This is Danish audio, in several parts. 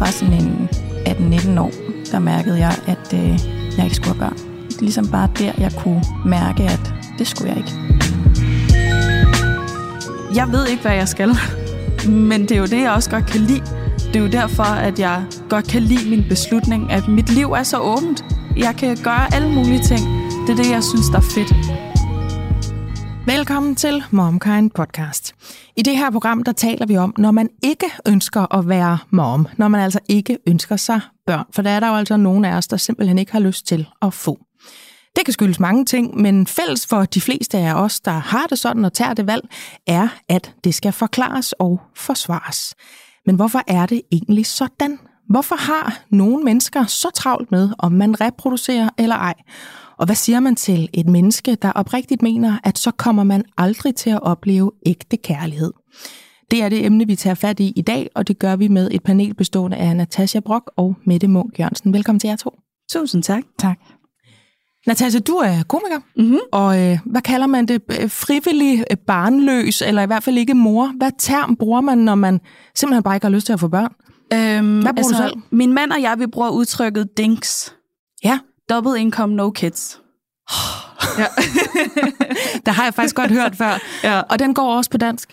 var sådan en 18-19 år, der mærkede jeg, at jeg ikke skulle have børn. Ligesom bare der, jeg kunne mærke, at det skulle jeg ikke. Jeg ved ikke, hvad jeg skal, men det er jo det, jeg også godt kan lide. Det er jo derfor, at jeg godt kan lide min beslutning, at mit liv er så åbent. Jeg kan gøre alle mulige ting. Det er det, jeg synes, der er fedt. Velkommen til MomKind Podcast. I det her program, der taler vi om, når man ikke ønsker at være mom. Når man altså ikke ønsker sig børn. For der er der jo altså nogen af os, der simpelthen ikke har lyst til at få. Det kan skyldes mange ting, men fælles for de fleste af os, der har det sådan og tager det valg, er, at det skal forklares og forsvares. Men hvorfor er det egentlig sådan? Hvorfor har nogle mennesker så travlt med, om man reproducerer eller ej? Og hvad siger man til et menneske, der oprigtigt mener, at så kommer man aldrig til at opleve ægte kærlighed? Det er det emne, vi tager fat i dag, og det gør vi med et panel bestående af Natasja Brock og Mette Munk Jørgensen. Velkommen til jer to. Tusind tak. Tak. Natasja, du er komiker, og hvad kalder man det? Frivillig barnløs, eller i hvert fald ikke mor. Hvad term bruger man, når man simpelthen bare ikke har lyst til at få børn? Hvad bruger du selv? Min mand og jeg, vi bruger udtrykket DINKS. Ja. Double income, no kids. Ja. Der har jeg faktisk godt hørt før. Ja. Og den går også på dansk.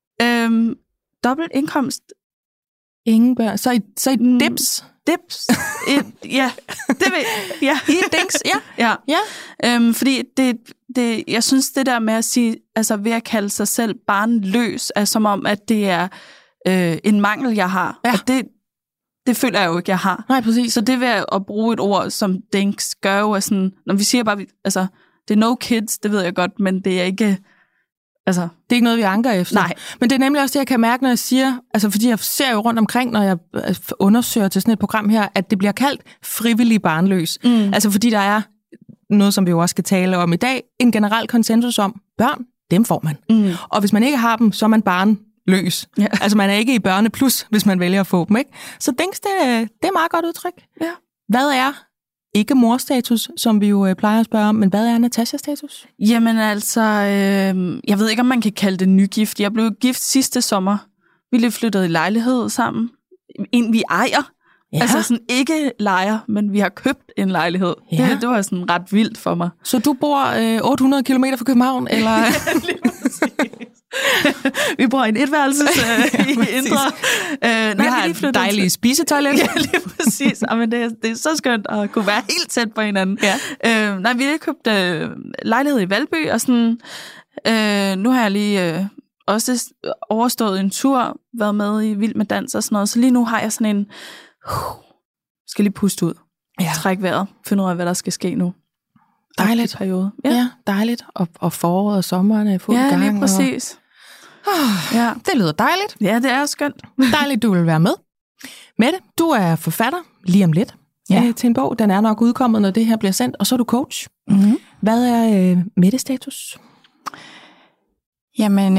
Dobbelt indkomst. Ingen børn. Så i dips? Dips. Ja, det vil ja. I dinks, ja. Fordi det, jeg synes, det der med at sige, altså ved at kalde sig selv barnløs, er som om, at det er en mangel, jeg har. Ja. Og det føler jeg jo ikke, jeg har. Nej, præcis. Så det ved at bruge et ord som dinks, gør jo, at sådan, når vi siger bare, altså, det er no kids, det ved jeg godt, men det er ikke, altså... Det er ikke noget, vi anker efter. Nej. Men det er nemlig også det, jeg kan mærke, når jeg siger, altså fordi jeg ser jo rundt omkring, når jeg undersøger til sådan et program her, at det bliver kaldt frivillig barnløs. Altså fordi der er noget, som vi jo også skal tale om i dag, en generel konsensus om, børn, dem får man. Og hvis man ikke har dem, så er man barnløs. Ja. Altså man er ikke i børneplus, hvis man vælger at få dem, ikke? Så dinks, det er meget godt udtryk. Ja. Hvad er ikke morstatus, som vi jo plejer at spørge om, men hvad er Natasjas status? Jamen altså, jeg ved ikke, om man kan kalde det nygift. Jeg blev gift sidste sommer. Vi lige flyttede i lejlighed sammen. En vi ejer. Ja. Altså sådan ikke lejer, men vi har købt en lejlighed. Ja. Det var sådan ret vildt for mig. Så du bor 800 kilometer fra København, eller? Vi bor i en etværelses i Indre. Vi har et dejligt spisetoilet. Ja, lige præcis. Jamen, det er så skønt at kunne være helt tæt på hinanden. Ja. Vi har købt lejlighed i Valby, og sådan, nu har jeg lige også overstået en tur, været med i Vild med Dans og sådan noget, så lige nu har jeg sådan en, skal lige puste ud, trække vejret, finde ud af, hvad der skal ske nu. Dejligt. Periode. Ja, dejligt. Og foråret og sommeren er fuld gang. Ja, lige præcis. Ja, det lyder dejligt. Ja, det er skønt. Dejligt, du vil være med. Mette, du er forfatter lige om lidt til en bog. Den er nok udkommet, når det her bliver sendt. Og så er du coach. Hvad er Mettes status? Jamen,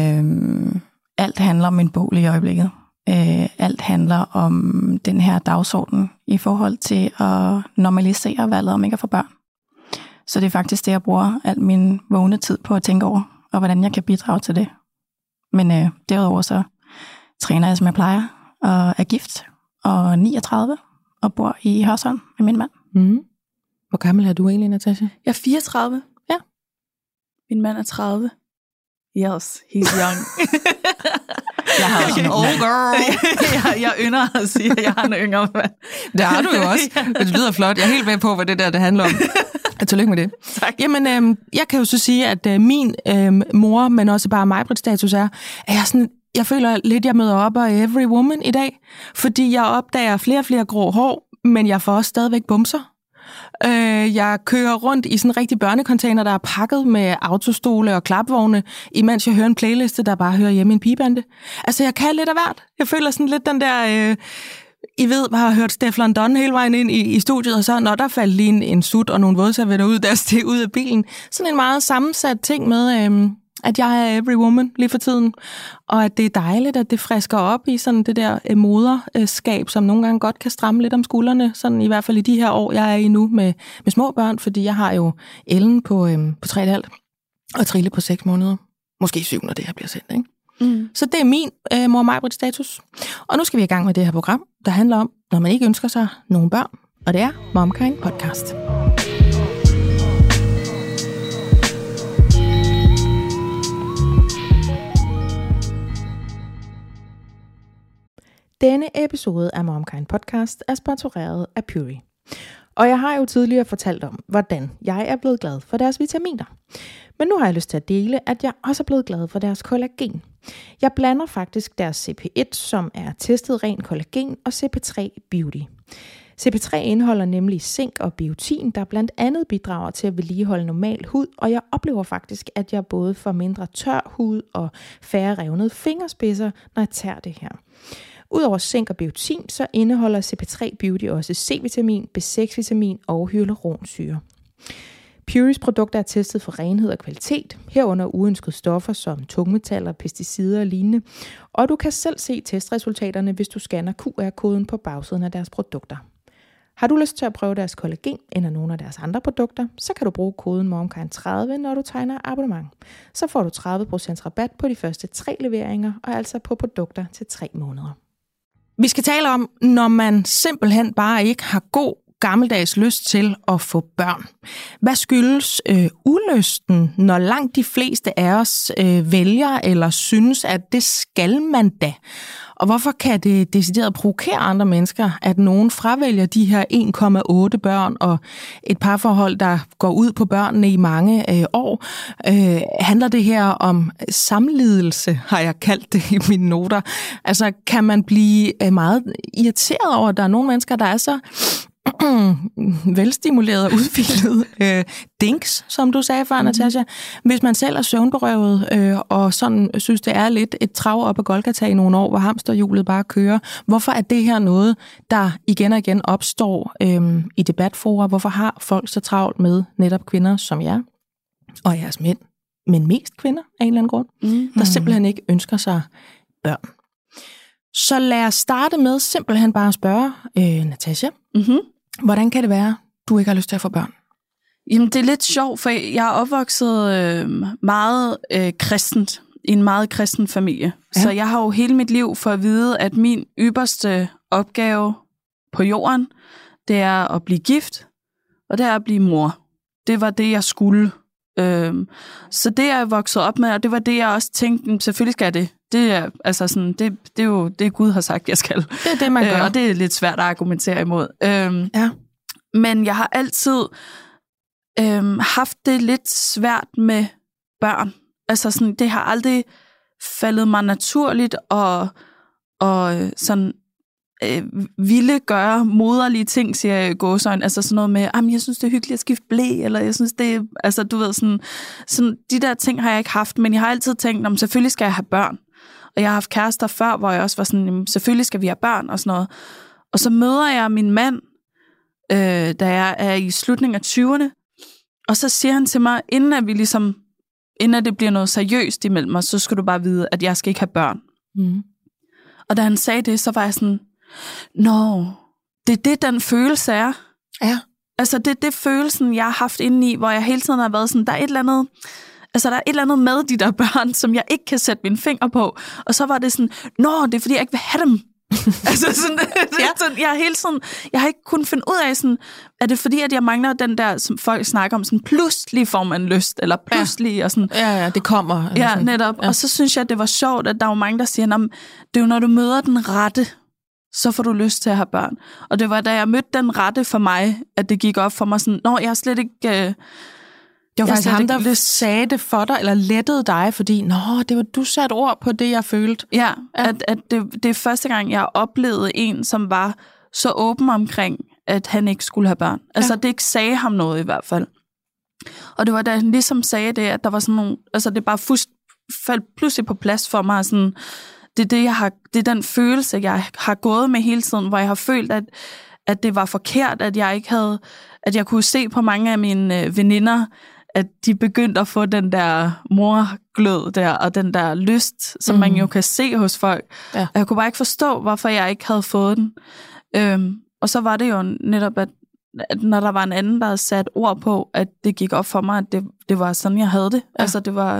alt handler om en bog lige i øjeblikket. Alt handler om den her dagsorden i forhold til at normalisere valget om ikke at få børn. Så det er faktisk det, jeg bruger al min vågne tid på at tænke over, og hvordan jeg kan bidrage til det. Men derudover så træner jeg, som jeg plejer, og er gift, og 39, og bor i Hørsholm med min mand. Hvor gammel er du egentlig, Natasja? Jeg er 34. Ja. Min mand er 30. Yes, he's young. Jeg har også en old girl. jeg ynder at sige, at jeg har en yngre mand. Det har du jo også. Det lyder flot. Jeg er helt med på, hvad det handler om. Tillykke med det. Tak. Jamen, jeg kan jo så sige, at min mor, men også bare mig-Britt status er, at jeg føler lidt, jeg møder op af every woman i dag, fordi jeg opdager flere og flere grå hår, men jeg får også stadigvæk bumser. Jeg kører rundt i sådan en rigtig børnecontainer, der er pakket med autostole og klapvogne, imens jeg hører en playliste, der bare hører hjemme i en pigebande. Altså, jeg kan lidt af hvert. Jeg føler sådan lidt den der... I ved, jeg har hørt Stefflon Don hele vejen ind i studiet, og så når der faldt lige en sut og nogle vådservietter ud, der steg ud af bilen. Sådan en meget sammensat ting med, at jeg er every woman lige for tiden, og at det er dejligt, at det frisker op i sådan det der moderskab, som nogle gange godt kan stramme lidt om skuldrene, sådan i hvert fald i de her år, jeg er i nu med små børn, fordi jeg har jo Ellen på 3,5 og Trille på 6 måneder. Måske 7, når det her bliver sendt, ikke? Så det er min mor Maj-Brit status. Og nu skal vi i gang med det her program, der handler om, når man ikke ønsker sig nogen børn. Og det er MomKind Podcast. Denne episode af MomKind Podcast er sponsoreret af Pury. Og jeg har jo tidligere fortalt om, hvordan jeg er blevet glad for deres vitaminer. Men nu har jeg lyst til at dele, at jeg også er blevet glad for deres kollagen. Jeg blander faktisk deres CP1, som er testet ren kollagen, og CP3 Beauty. CP3 indeholder nemlig zink og biotin, der blandt andet bidrager til at vedligeholde normal hud, og jeg oplever faktisk, at jeg både får mindre tør hud og færre revnede fingerspidser, når jeg tager det her. Udover zink og biotin, så indeholder CP3 Beauty også C-vitamin, B6-vitamin og hyaluronsyre. Purys produkter er testet for renhed og kvalitet, herunder uønskede stoffer som tungmetaller, pesticider og lignende. Og du kan selv se testresultaterne, hvis du scanner QR-koden på bagsiden af deres produkter. Har du lyst til at prøve deres kollagen eller nogle af deres andre produkter, så kan du bruge koden MomKind30, når du tegner abonnement. Så får du 30% rabat på de første 3 leveringer, og altså på produkter til 3 måneder. Vi skal tale om, når man simpelthen bare ikke har god gammeldags lyst til at få børn. Hvad skyldes ulysten, når langt de fleste af os vælger eller synes, at det skal man da? Og hvorfor kan det decideret provokere andre mennesker, at nogen fravælger de her 1,8 børn og et parforhold, der går ud på børnene i mange år? Handler det her om samlidelse, har jeg kaldt det i mine noter? Altså, kan man blive meget irriteret over, at der er nogle mennesker, der er så velstimuleret og udviklet dinks, som du sagde før, Natasha. Hvis man selv er søvnberøvet og sådan synes, det er lidt et trav op ad Golgata i nogle år, hvor hamsterhjulet bare kører. Hvorfor er det her noget, der igen og igen opstår i debatfora? Hvorfor har folk så travlt med netop kvinder som jer og jeres mænd, men mest kvinder af en eller anden grund, der simpelthen ikke ønsker sig børn? Så lad os starte med simpelthen bare at spørge Natasha. Hvordan kan det være, du ikke har lyst til at få børn? Jamen, det er lidt sjovt, for jeg er opvokset meget kristent, i en meget kristen familie. Ja. Så jeg har jo hele mit liv for at vide, at min ypperste opgave på jorden, det er at blive gift, og det er at blive mor. Det var det, jeg skulle. Så det er jeg vokset op med, og det var det, jeg også tænkte, selvfølgelig skal jeg det. Det er, altså sådan, det er jo det, Gud har sagt, jeg skal. Det er det, man gør. Og det er lidt svært at argumentere imod. Ja. Men jeg har altid haft det lidt svært med børn. Altså sådan, det har aldrig faldet mig naturligt og sådan ville gøre moderlige ting, siger jeg i gåseøjne. Altså sådan noget med, jeg synes, det er hyggeligt at skifte blæ, eller jeg synes, det er, altså du ved, sådan de der ting har jeg ikke haft, men jeg har altid tænkt, selvfølgelig skal jeg have børn. Og jeg har haft kærester før, hvor jeg også var sådan, selvfølgelig skal vi have børn og sådan noget. Og så møder jeg min mand, da jeg er i slutningen af 20'erne, og så siger han til mig, inden det bliver noget seriøst imellem os, så skal du bare vide, at jeg skal ikke have børn. Og da han sagde det, så var jeg sådan, det er det, den følelse er. Ja. Altså, det er det følelsen, jeg har haft indeni, hvor jeg hele tiden har været sådan, der er et eller andet med de der børn, som jeg ikke kan sætte mine fingre på. Og så var det sådan, det er fordi, jeg ikke vil have dem. Altså sådan, sådan, jeg har ikke kunnet finde ud af sådan, er det fordi, at jeg mangler den der, som folk snakker om, sådan pludselig får man lyst, eller pludselig, og sådan. Ja, det kommer. Ja, netop. Ja. Og så synes jeg, at det var sjovt, at der var mange, der siger, det er jo, når du møder den rette, så får du lyst til at have børn. Og det var, da jeg mødte den rette for mig, at det gik op for mig sådan, jeg har slet ikke... Det var faktisk ham, der sagde det for dig, eller lettede dig, fordi, det var du satte ord på det, jeg følte. Ja, at det er første gang, jeg oplevede en, som var så åben omkring, at han ikke skulle have børn. Altså, det ikke sagde ham noget i hvert fald. Og det var da han ligesom sagde det, at der var sådan nogle, altså det bare faldt pludselig på plads for mig, sådan, det er den følelse, jeg har gået med hele tiden, hvor jeg har følt, at det var forkert, at jeg kunne se på mange af mine veninder, at de begyndte at få den der morglød der, og den der lyst, som man jo kan se hos folk. Ja. Og jeg kunne bare ikke forstå, hvorfor jeg ikke havde fået den. Og så var det jo netop, at når der var en anden, der havde sat ord på, at det gik op for mig, at det var sådan, jeg havde det. Ja. Altså, det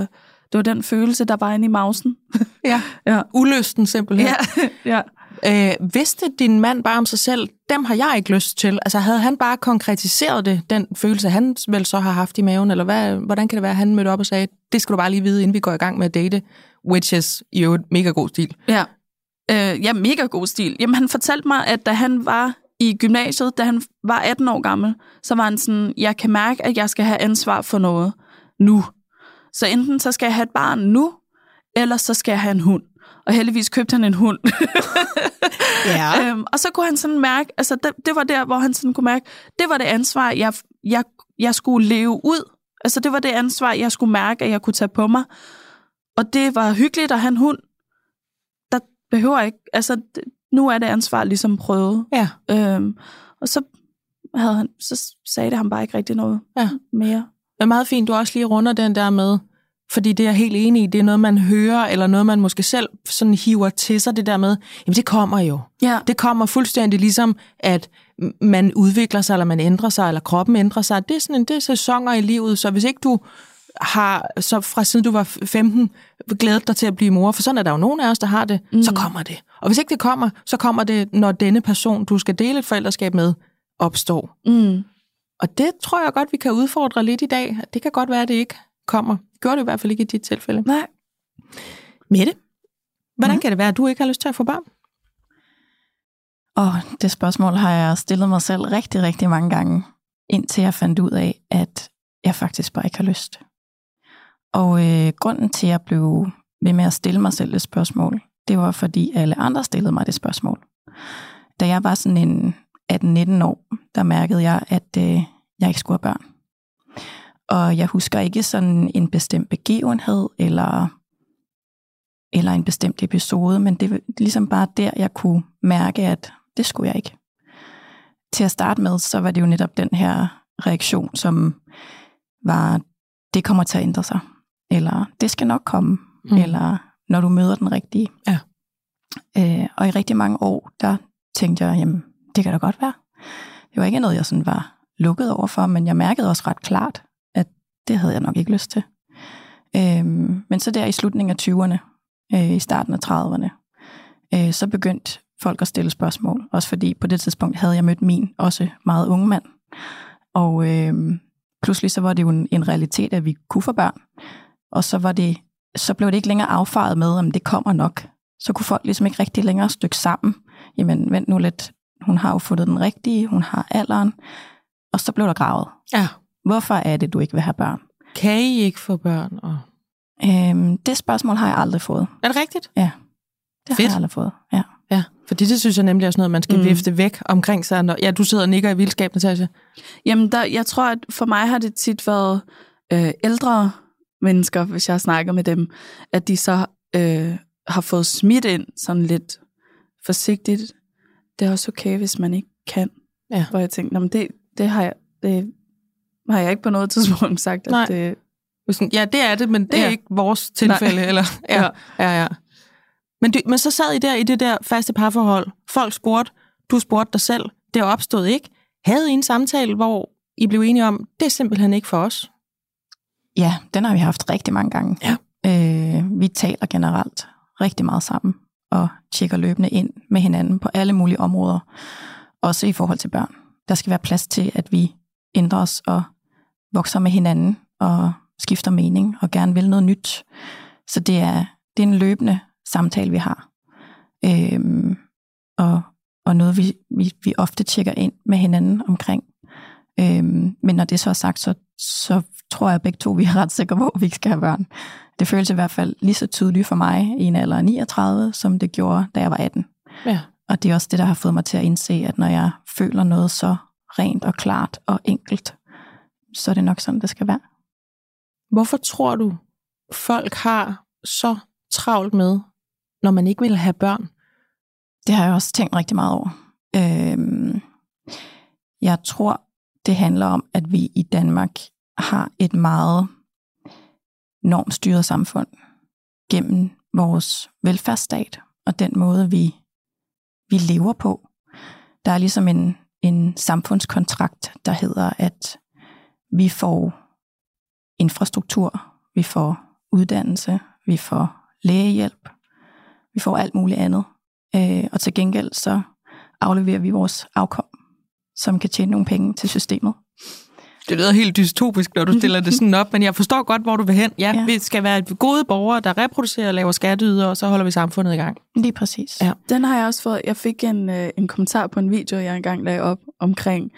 Det var den følelse, der var inde i mausen. Ja. Ulysten simpelthen. Ja. Vidste din mand bare om sig selv, dem har jeg ikke lyst til? Altså havde han bare konkretiseret det, den følelse, han vel så har haft i maven, eller hvordan kan det være, at han mødte op og sagde, det skal du bare lige vide, inden vi går i gang med at date, which is jo et mega god stil. Ja. Ja, mega god stil. Jamen, han fortalte mig, at da han var i gymnasiet, da han var 18 år gammel, så var han sådan, jeg kan mærke, at jeg skal have ansvar for noget nu. Så enten så skal jeg have et barn nu, eller så skal jeg have en hund. Og heldigvis købte han en hund. Ja. Og så kunne han sådan mærke, altså det var der, hvor han sådan kunne mærke, det var det ansvar, jeg skulle leve ud. Altså det var det ansvar, jeg skulle mærke, at jeg kunne tage på mig. Og det var hyggeligt at have en hund. Der behøver ikke, altså nu er det ansvar ligesom prøvet. Ja. Og så sagde det ham bare ikke rigtig noget mere. Det er meget fint, du også lige runder den der med, fordi det er jeg helt enig i, det er noget, man hører, eller noget, man måske selv sådan hiver til sig, det der med, jamen det kommer jo. Ja. Det kommer fuldstændig ligesom, at man udvikler sig, eller man ændrer sig, eller kroppen ændrer sig. Det er sæsoner i livet, så hvis ikke du har, så fra siden du var 15, glædet dig til at blive mor, for sådan er der jo nogen af os, der har det, så kommer det. Og hvis ikke det kommer, så kommer det, når denne person, du skal dele et forældreskab med, opstår. Og det tror jeg godt, vi kan udfordre lidt i dag. Det kan godt være, at det ikke kommer. Gjorde det i hvert fald ikke i dit tilfælde. Nej. Mette, hvordan kan det være, at du ikke har lyst til at få børn? Det spørgsmål har jeg stillet mig selv rigtig, rigtig mange gange, indtil jeg fandt ud af, at jeg faktisk bare ikke har lyst. Og grunden til, at jeg blev ved med at stille mig selv det spørgsmål, det var, fordi alle andre stillede mig det spørgsmål. Da jeg var sådan en 18-19 år, der mærkede jeg, at jeg ikke skulle have børn. Og jeg husker ikke sådan en bestemt begivenhed, eller en bestemt episode, men det var ligesom bare der, jeg kunne mærke, at det skulle jeg ikke. Til at starte med, så var det jo netop den her reaktion, som var, det kommer til at ændre sig. Eller det skal nok komme. Eller når du møder den rigtige. Ja. Og i rigtig mange år, der tænkte jeg, jamen, det kan da godt være. Det var ikke noget, jeg sådan var lukket overfor, men jeg mærkede også ret klart, at det havde jeg nok ikke lyst til. Men så der i slutningen af 20'erne, i starten af 30'erne, så begyndte folk at stille spørgsmål. Også fordi på det tidspunkt havde jeg mødt min også meget unge mand. Og pludselig så var det jo en realitet, at vi kunne få børn. Og så blev det ikke længere affaret med, om det kommer nok. Så kunne folk ligesom ikke rigtig længere stykke sammen. Jamen vent nu lidt, hun har jo fundet den rigtige, hun har alderen. Og så blev der gravet. Ja. Hvorfor er det, du ikke vil have børn? Kan I ikke få børn? Det spørgsmål har jeg aldrig fået. Er det rigtigt? Ja, det har jeg aldrig fået. Ja. Ja, fordi det synes jeg nemlig er sådan noget, man skal vifte væk omkring sig. Når, du sidder og nikker i vildskab, Natasja. Jamen, jeg tror, at for mig har det tit været ældre mennesker, hvis jeg snakker med dem, at de så har fået smidt ind sådan lidt forsigtigt. Det er også okay, hvis man ikke kan. Ja. Hvor jeg tænkte, det har jeg ikke på noget tidspunkt sagt. At det... Ja, det er det, men det er ikke vores tilfælde. Nej. Eller, ja. Men så sad I der i det der faste parforhold. Folk spurgte, du spurgte dig selv. Det opstod ikke. Havde I en samtale, hvor I blev enige om, det er simpelthen ikke for os? Ja, den har vi haft rigtig mange gange. Ja. Vi taler generelt rigtig meget sammen, og tjekker løbende ind med hinanden på alle mulige områder. Også i forhold til børn. Der skal være plads til, at vi ændrer os og vokser med hinanden, og skifter mening, og gerne vil noget nyt. Så det er en løbende samtale, vi har. Og noget, vi ofte tjekker ind med hinanden omkring. Men når det så er sagt, så tror jeg begge to, vi er ret sikre på, at vi ikke skal have børn. Det føles i hvert fald lige så tydeligt for mig i en alder af 39, som det gjorde, da jeg var 18. Ja. Og det er også det, der har fået mig til at indse, at når jeg føler noget så rent og klart og enkelt, så er det nok sådan, det skal være. Hvorfor tror du, folk har så travlt med, når man ikke vil have børn? Det har jeg også tænkt rigtig meget over. Jeg tror, det handler om, at vi i Danmark har et meget normstyret samfund gennem vores velfærdsstat og den måde, vi lever på. Der er ligesom en samfundskontrakt, der hedder, at vi får infrastruktur, vi får uddannelse, vi får lægehjælp, vi får alt muligt andet. Og til gengæld så afleverer vi vores afkom, som kan tjene nogle penge til systemet. Det lyder helt dystopisk, når du stiller det sådan op, men jeg forstår godt, hvor du vil hen. Ja, vi skal være gode borgere, der reproducerer, laver skatteyder, og så holder vi samfundet i gang. Lige præcis. Ja. Den har jeg også fået. Jeg fik en kommentar på en video, jeg engang lagde op omkring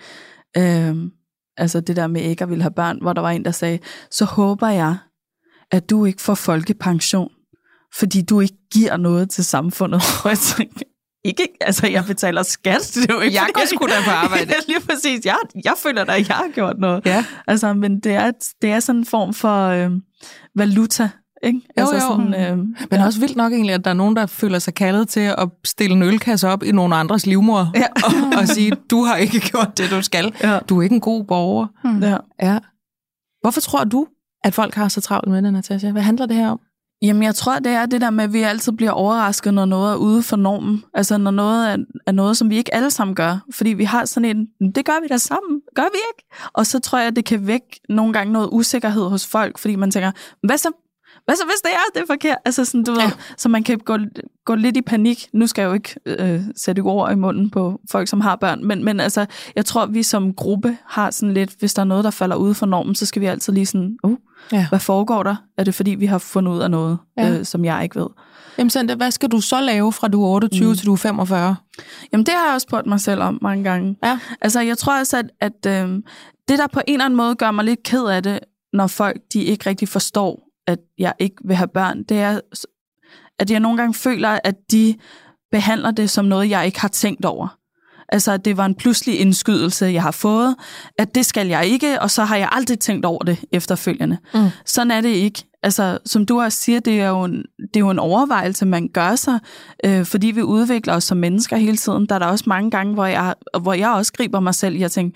altså det der med ikke at ville have børn, hvor der var en, der sagde, så håber jeg, at du ikke får folkepension, fordi du ikke giver noget til samfundet. Og jeg tænker, ikke, altså jeg betaler skat, det er jo ikke... Jeg går sgu da på arbejde. Ja, lige præcis, jeg føler da, at jeg har gjort noget. Ja. Altså, men det er sådan en form for valuta, ikke? Altså, jo. Sådan, men også vildt nok egentlig, at der er nogen, der føler sig kaldet til at stille en ølkasse op i nogen andres livmor, og sige, du har ikke gjort det, du skal. Ja. Du er ikke en god borger. Ja. Hvorfor tror du, at folk har så travlt med det, Natasja? Hvad handler det her om? Jamen, jeg tror, det er det der med, at vi altid bliver overrasket, når noget er ude for normen. Altså, når noget er noget, som vi ikke alle sammen gør. Fordi vi har sådan en, det gør vi da sammen, gør vi ikke? Og så tror jeg, at det kan vække nogle gange noget usikkerhed hos folk, fordi man tænker, hvad så hvis det er forkert? Altså, sådan, du ved, så man kan gå lidt i panik. Nu skal jeg jo ikke sætte ord i munden på folk, som har børn, men altså, jeg tror, at vi som gruppe har sådan lidt, hvis der er noget, der falder ude for normen, så skal vi altid lige sådan, hvad foregår der? Er det fordi, vi har fundet ud af noget, som jeg ikke ved? Jamen Sandra, hvad skal du så lave fra du er 28 til du er 45? Jamen det har jeg også spurgt mig selv om mange gange. Ja. Altså jeg tror også, at det der på en eller anden måde gør mig lidt ked af det, når folk de ikke rigtig forstår, at jeg ikke vil have børn, det er, at jeg nogle gange føler, at de behandler det som noget, jeg ikke har tænkt over. Altså, at det var en pludselig indskydelse, jeg har fået, at det skal jeg ikke, og så har jeg aldrig tænkt over det efterfølgende. Sådan er det ikke. Altså, som du også siger, det er jo en overvejelse, man gør sig, fordi vi udvikler os som mennesker hele tiden. Der er der også mange gange, hvor jeg også griber mig selv i at tænke,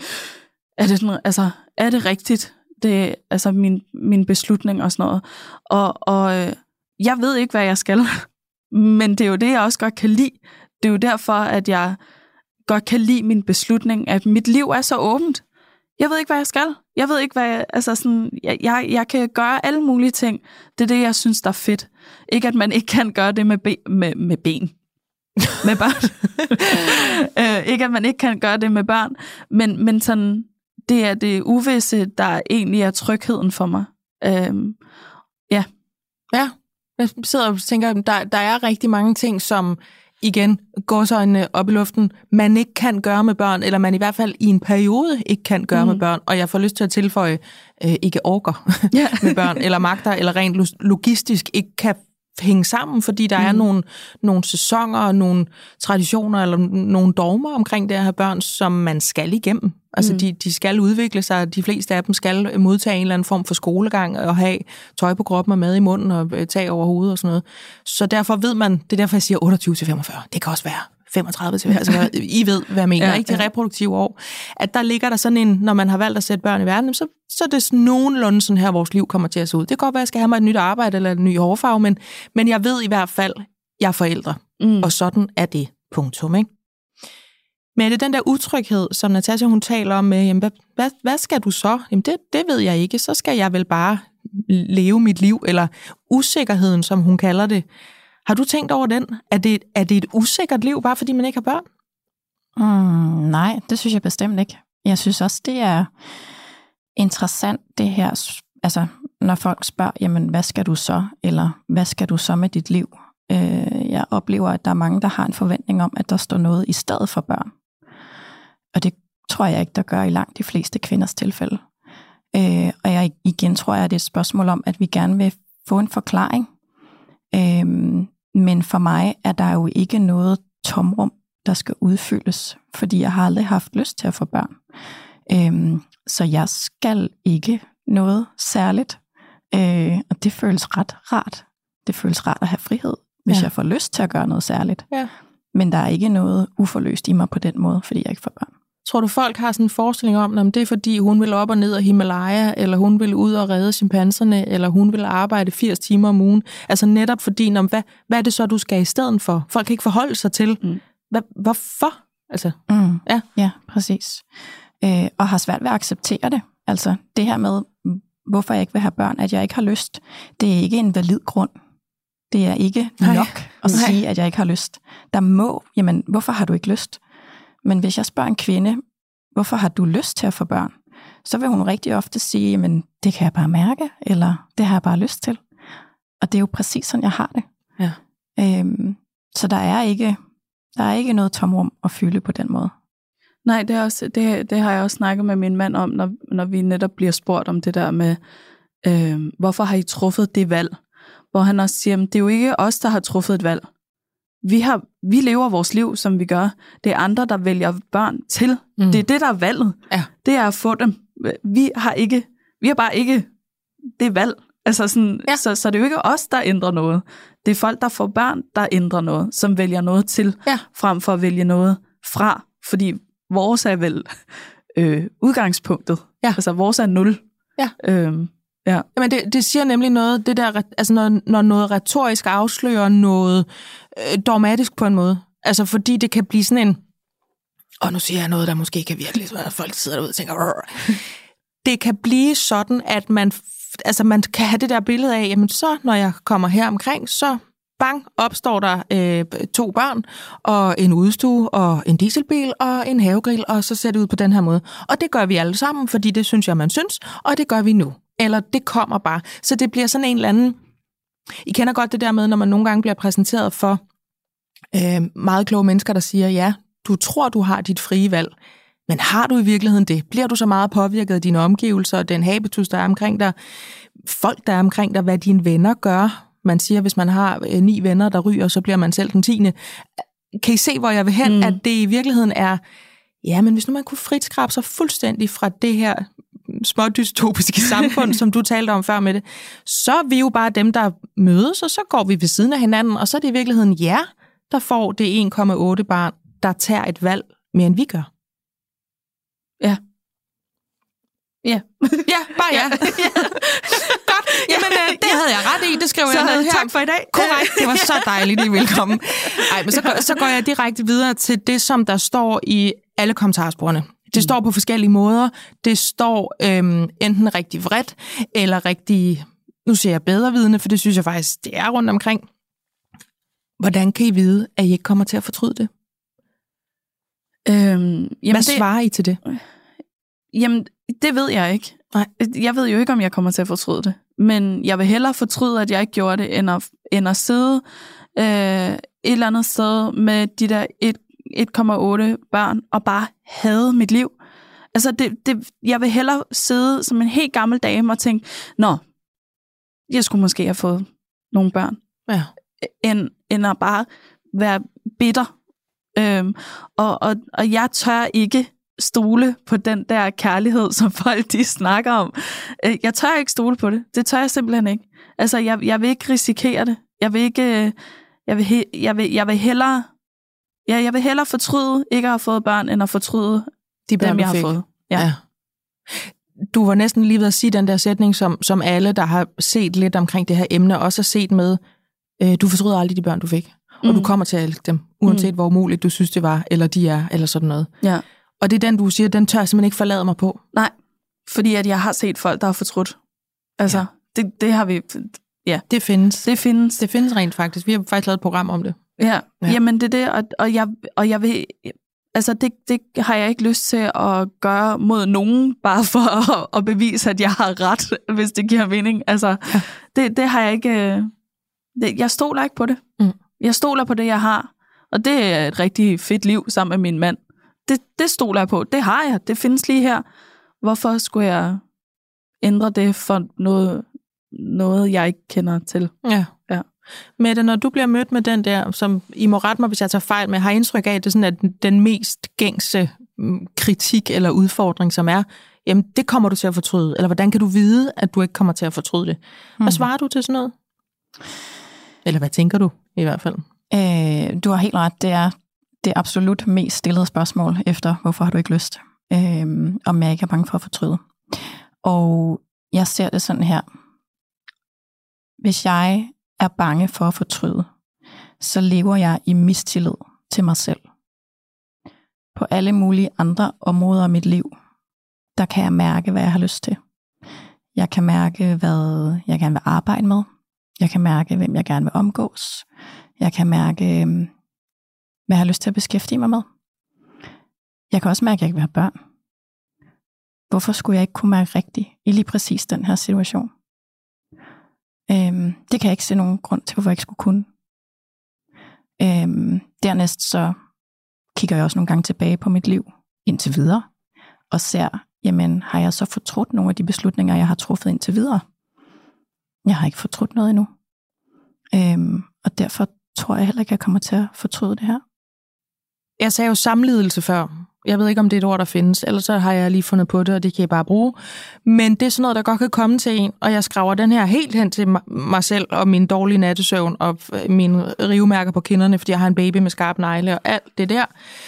er det rigtigt? Det er altså min beslutning og sådan noget. Og jeg ved ikke, hvad jeg skal, men det er jo det, jeg også godt kan lide. Det er jo derfor, at jeg godt kan lide min beslutning, at mit liv er så åbent. Jeg ved ikke, hvad jeg skal. Jeg ved ikke, hvad jeg kan gøre alle mulige ting. Det er det, jeg synes, der er fedt. Ikke, at man ikke kan gøre det med ben. Med børn. Ikke, at man ikke kan gøre det med børn. Men sådan, det er det uvisse, der egentlig er trygheden for mig. Ja. Ja, jeg sidder og tænker, der er rigtig mange ting, som igen går så op i luften, man ikke kan gøre med børn, eller man i hvert fald i en periode ikke kan gøre med børn, og jeg får lyst til at tilføje, ikke orker med børn, eller magter, eller rent logistisk ikke kan hænge sammen, fordi der er nogle sæsoner, og nogle traditioner, eller nogle dogmer omkring det at have børn, som man skal igennem. Altså de skal udvikle sig, de fleste af dem skal modtage en eller anden form for skolegang, og have tøj på kroppen og mad i munden, og tag over hovedet og sådan noget. Så derfor ved man, det er derfor jeg siger 28 til 45, det kan også være 35 til 45, altså I ved, hvad jeg mener, ikke? De reproduktive år. At der ligger der sådan en, når man har valgt at sætte børn i verden, så er det nogenlunde sådan her, vores liv kommer til at se ud. Det kan godt være, at jeg skal have mig et nyt arbejde, eller en ny hårfarve, men jeg ved i hvert fald, jeg er forældre, og sådan er det. Punktum, ikke? Men er det den der utryghed, som Natasja hun taler om, jamen, hvad skal du så? Jamen det ved jeg ikke, så skal jeg vel bare leve mit liv, eller usikkerheden, som hun kalder det. Har du tænkt over den? Er det et usikkert liv, bare fordi man ikke har børn? Nej, det synes jeg bestemt ikke. Jeg synes også, det er interessant, det her, altså når folk spørger, jamen hvad skal du så? Eller hvad skal du så med dit liv? Jeg oplever, at der er mange, der har en forventning om, at der står noget i stedet for børn. Og det tror jeg ikke, der gør i langt de fleste kvinders tilfælde. Og jeg igen tror jeg, at det er et spørgsmål om, at vi gerne vil få en forklaring. Men for mig er der jo ikke noget tomrum, der skal udfyldes, fordi jeg har aldrig haft lyst til at få børn. Så jeg skal ikke noget særligt. Og det føles ret rart. Det føles rart at have frihed, hvis jeg får lyst til at gøre noget særligt. Ja. Men der er ikke noget uforløst i mig på den måde, fordi jeg ikke får børn. Tror du, folk har sådan en forestilling om, at det er fordi, hun vil op og ned af Himalaya, eller hun vil ud og redde chimpanserne, eller hun vil arbejde 80 timer om ugen? Altså netop fordi, hvad er det så, du skal i stedet for? Folk kan ikke forholde sig til. Hvorfor? Altså, Ja, præcis. Og har svært ved at acceptere det. Altså det her med, hvorfor jeg ikke vil have børn, at jeg ikke har lyst, det er ikke en valid grund. Det er ikke nok at sige, at jeg ikke har lyst. Jamen, hvorfor har du ikke lyst? Men hvis jeg spørger en kvinde, hvorfor har du lyst til at få børn? Så vil hun rigtig ofte sige, jamen, det kan jeg bare mærke, eller det har jeg bare lyst til. Og det er jo præcis sådan, jeg har det. Ja. Så der er ikke noget tomrum at fylde på den måde. Nej, det har jeg også snakket med min mand om, når vi netop bliver spurgt om det der med, hvorfor har I truffet det valg? Hvor han også siger, det er jo ikke os, der har truffet et valg. Vi lever vores liv, som vi gør. Det er andre, der vælger børn til. Det er det, der er valget. Ja. Det er at få dem. Vi har bare ikke det valg. Altså sådan, så det er jo ikke os, der ændrer noget. Det er folk, der får børn, der ændrer noget, som vælger noget til, frem for at vælge noget fra. Fordi vores er vel udgangspunktet. Ja. Altså vores er 0. Ja. Ja. Jamen det siger nemlig noget, det der, altså når noget retorisk afslører noget dogmatisk på en måde. Altså fordi det kan blive sådan en, nu siger jeg noget, der måske kan virkelig, så folk sidder derude og tænker, det kan blive sådan, at man kan have det der billede af, jamen så når jeg kommer her omkring, så bang, opstår der 2 børn, og en udstue, og en dieselbil, og en havegrill, og så ser det ud på den her måde. Og det gør vi alle sammen, fordi det synes jeg, man synes, og det gør vi nu. Eller det kommer bare. Så det bliver sådan en eller anden... I kender godt det der med, når man nogle gange bliver præsenteret for meget kloge mennesker, der siger, ja, du tror, du har dit frie valg, men har du i virkeligheden det? Bliver du så meget påvirket af dine omgivelser, den habitus, der er omkring dig, folk, der er omkring dig, hvad dine venner gør? Man siger, hvis man har 9 venner, der ryger, så bliver man selv den 10. Kan I se, hvor jeg vil hen, at det i virkeligheden er... Ja, men hvis nu man kunne fritskrabe sig fuldstændig fra det her smådystopiske samfund, som du talte om før med det, så er vi jo bare dem, der mødes, og så går vi ved siden af hinanden, og så er det i virkeligheden jer, der får det 1,8 barn, der tager et valg mere end vi gør. Ja. Ja. Ja, bare ja. Godt. Jamen, det havde jeg ret i. Det skrev jeg ned her. Tak for i dag. Korrekt. Det var så dejligt, I velkommen. Ej, men så går jeg direkte videre til det, som der står i alle kommentarsporene. Det står på forskellige måder. Det står enten rigtig vredt, eller rigtig, nu siger jeg bedrevidende, for det synes jeg faktisk, det er rundt omkring. Hvordan kan I vide, at I ikke kommer til at fortryde det? Hvad svarer I til det? Jamen, det ved jeg ikke. Nej. Jeg ved jo ikke, om jeg kommer til at fortryde det. Men jeg vil hellere fortryde, at jeg ikke gjorde det, end at sidde et eller andet sted med de der 1,8 børn og bare hade mit liv. Altså, jeg vil hellere sidde som en helt gammel dame og tænke, jeg skulle måske have fået nogle børn. Ja. End at bare være bitter. Og jeg tør ikke stole på den der kærlighed, som folk de snakker om. Jeg tør ikke stole på det. Det tør jeg simpelthen ikke. Altså, jeg vil ikke risikere det. Jeg vil hellere fortryde ikke at have fået børn, end at fortryde de børn, dem, jeg har fået. Ja. Du var næsten lige ved at sige den der sætning, som alle, der har set lidt omkring det her emne, også har set med, du fortryder aldrig de børn, du fik. Og du kommer til at elske dem, uanset hvor umuligt du synes, det var, eller de er, eller sådan noget. Ja. Og det er den, du siger, den tør jeg simpelthen ikke forlade mig på. Nej, fordi at jeg har set folk, der har fortrudt. Altså, det har vi... Ja. Det findes. Det findes rent faktisk. Vi har faktisk lavet et program om det. Ja. Jamen det er det, og jeg vil... Altså, det har jeg ikke lyst til at gøre mod nogen, bare for at bevise, at jeg har ret, hvis det giver mening. Altså, det har jeg ikke... Jeg stoler ikke på det. Jeg stoler på det, jeg har. Og det er et rigtig fedt liv sammen med min mand. Det stoler jeg på. Det har jeg. Det findes lige her. Hvorfor skulle jeg ændre det for noget jeg ikke kender til? Ja. Mette, når du bliver mødt med den der, som I må rette mig, hvis jeg tager fejl med, har indtryk af, at det er sådan, at den mest gængse kritik eller udfordring, som er, jamen det kommer du til at fortryde, eller hvordan kan du vide, at du ikke kommer til at fortryde det? Hvad svarer du til sådan noget? Eller hvad tænker du i hvert fald? Du har helt ret, det er det absolut mest stillede spørgsmål efter, hvorfor har du ikke lyst? Om jeg ikke er bange for at fortryde. Og jeg ser det sådan her. Hvis jeg er bange for at fortryde, så lever jeg i mistillid til mig selv. På alle mulige andre områder af mit liv, der kan jeg mærke, hvad jeg har lyst til. Jeg kan mærke, hvad jeg gerne vil arbejde med. Jeg kan mærke, hvem jeg gerne vil omgås. Jeg kan mærke, hvad jeg har lyst til at beskæftige mig med. Jeg kan også mærke, at jeg ikke vil have børn. Hvorfor skulle jeg ikke kunne mærke rigtigt i lige præcis den her situation? Det kan jeg ikke se nogen grund til, hvorfor jeg ikke skulle kunne. Dernæst så kigger jeg også nogle gange tilbage på mit liv indtil videre, og ser, jamen har jeg så fortrudt nogle af de beslutninger, jeg har truffet indtil videre? Jeg har ikke fortrudt noget endnu. Og derfor tror jeg heller ikke, jeg kommer til at fortryde det her. Jeg sagde jo samlidelse før. Jeg ved ikke, om det er et ord, der findes. Ellers så har jeg lige fundet på det, og det kan jeg bare bruge. Men det er sådan noget, der godt kan komme til en, og jeg skraver den her helt hen til mig selv, og min dårlige nattesøvn, og mine rivemærker på kinderne, fordi jeg har en baby med skarp negle, og alt det der.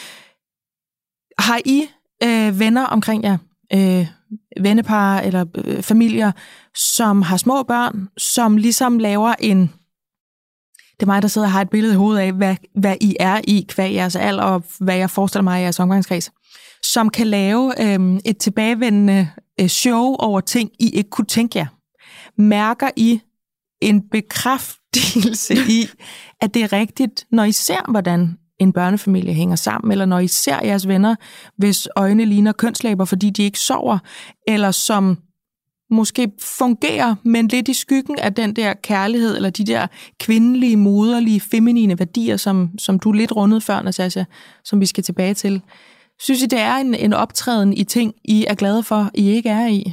Har I venner omkring jer, vennepar eller familier, som har små børn, som ligesom laver en... Det er mig, der sidder og har et billede i hovedet af, hvad I er i, hvad jeres alder, og hvad jeg forestiller mig i jeres omgangskreds, som kan lave et tilbagevendende show over ting, I ikke kunne tænke jer. Mærker I en bekræftelse i, at det er rigtigt, når I ser, hvordan en børnefamilie hænger sammen, eller når I ser jeres venner, hvis øjne ligner kønslæber, fordi de ikke sover, eller som måske fungerer, men lidt i skyggen af den der kærlighed, eller de der kvindelige, moderlige, feminine værdier, som du lidt rundede før, Natasja, som vi skal tilbage til. Synes I, det er en optræden i ting, I er glade for, I ikke er i?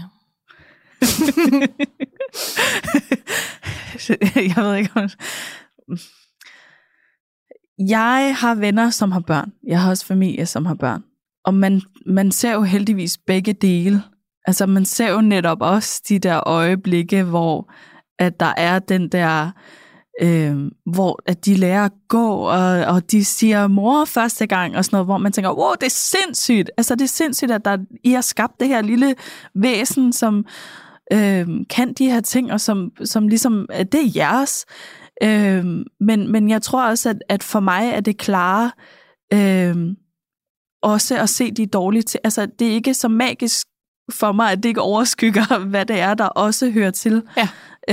Jeg ved ikke, om... Jeg har venner, som har børn. Jeg har også familie, som har børn. Og man ser jo heldigvis begge dele. Altså man ser jo netop også de der øjeblikke, hvor at der er den der, hvor at de lærer at gå, og de siger mor første gang, og sådan noget, hvor man tænker, wow, det er sindssygt. Altså det er sindssygt, at I har skabt det her lille væsen, som kan de her ting, og som ligesom, det er jeres. Men jeg tror også, at for mig er det klare, også at se de dårlige ting. Altså det er ikke så magisk for mig, at det ikke overskygger, hvad det er, der også hører til. Ja.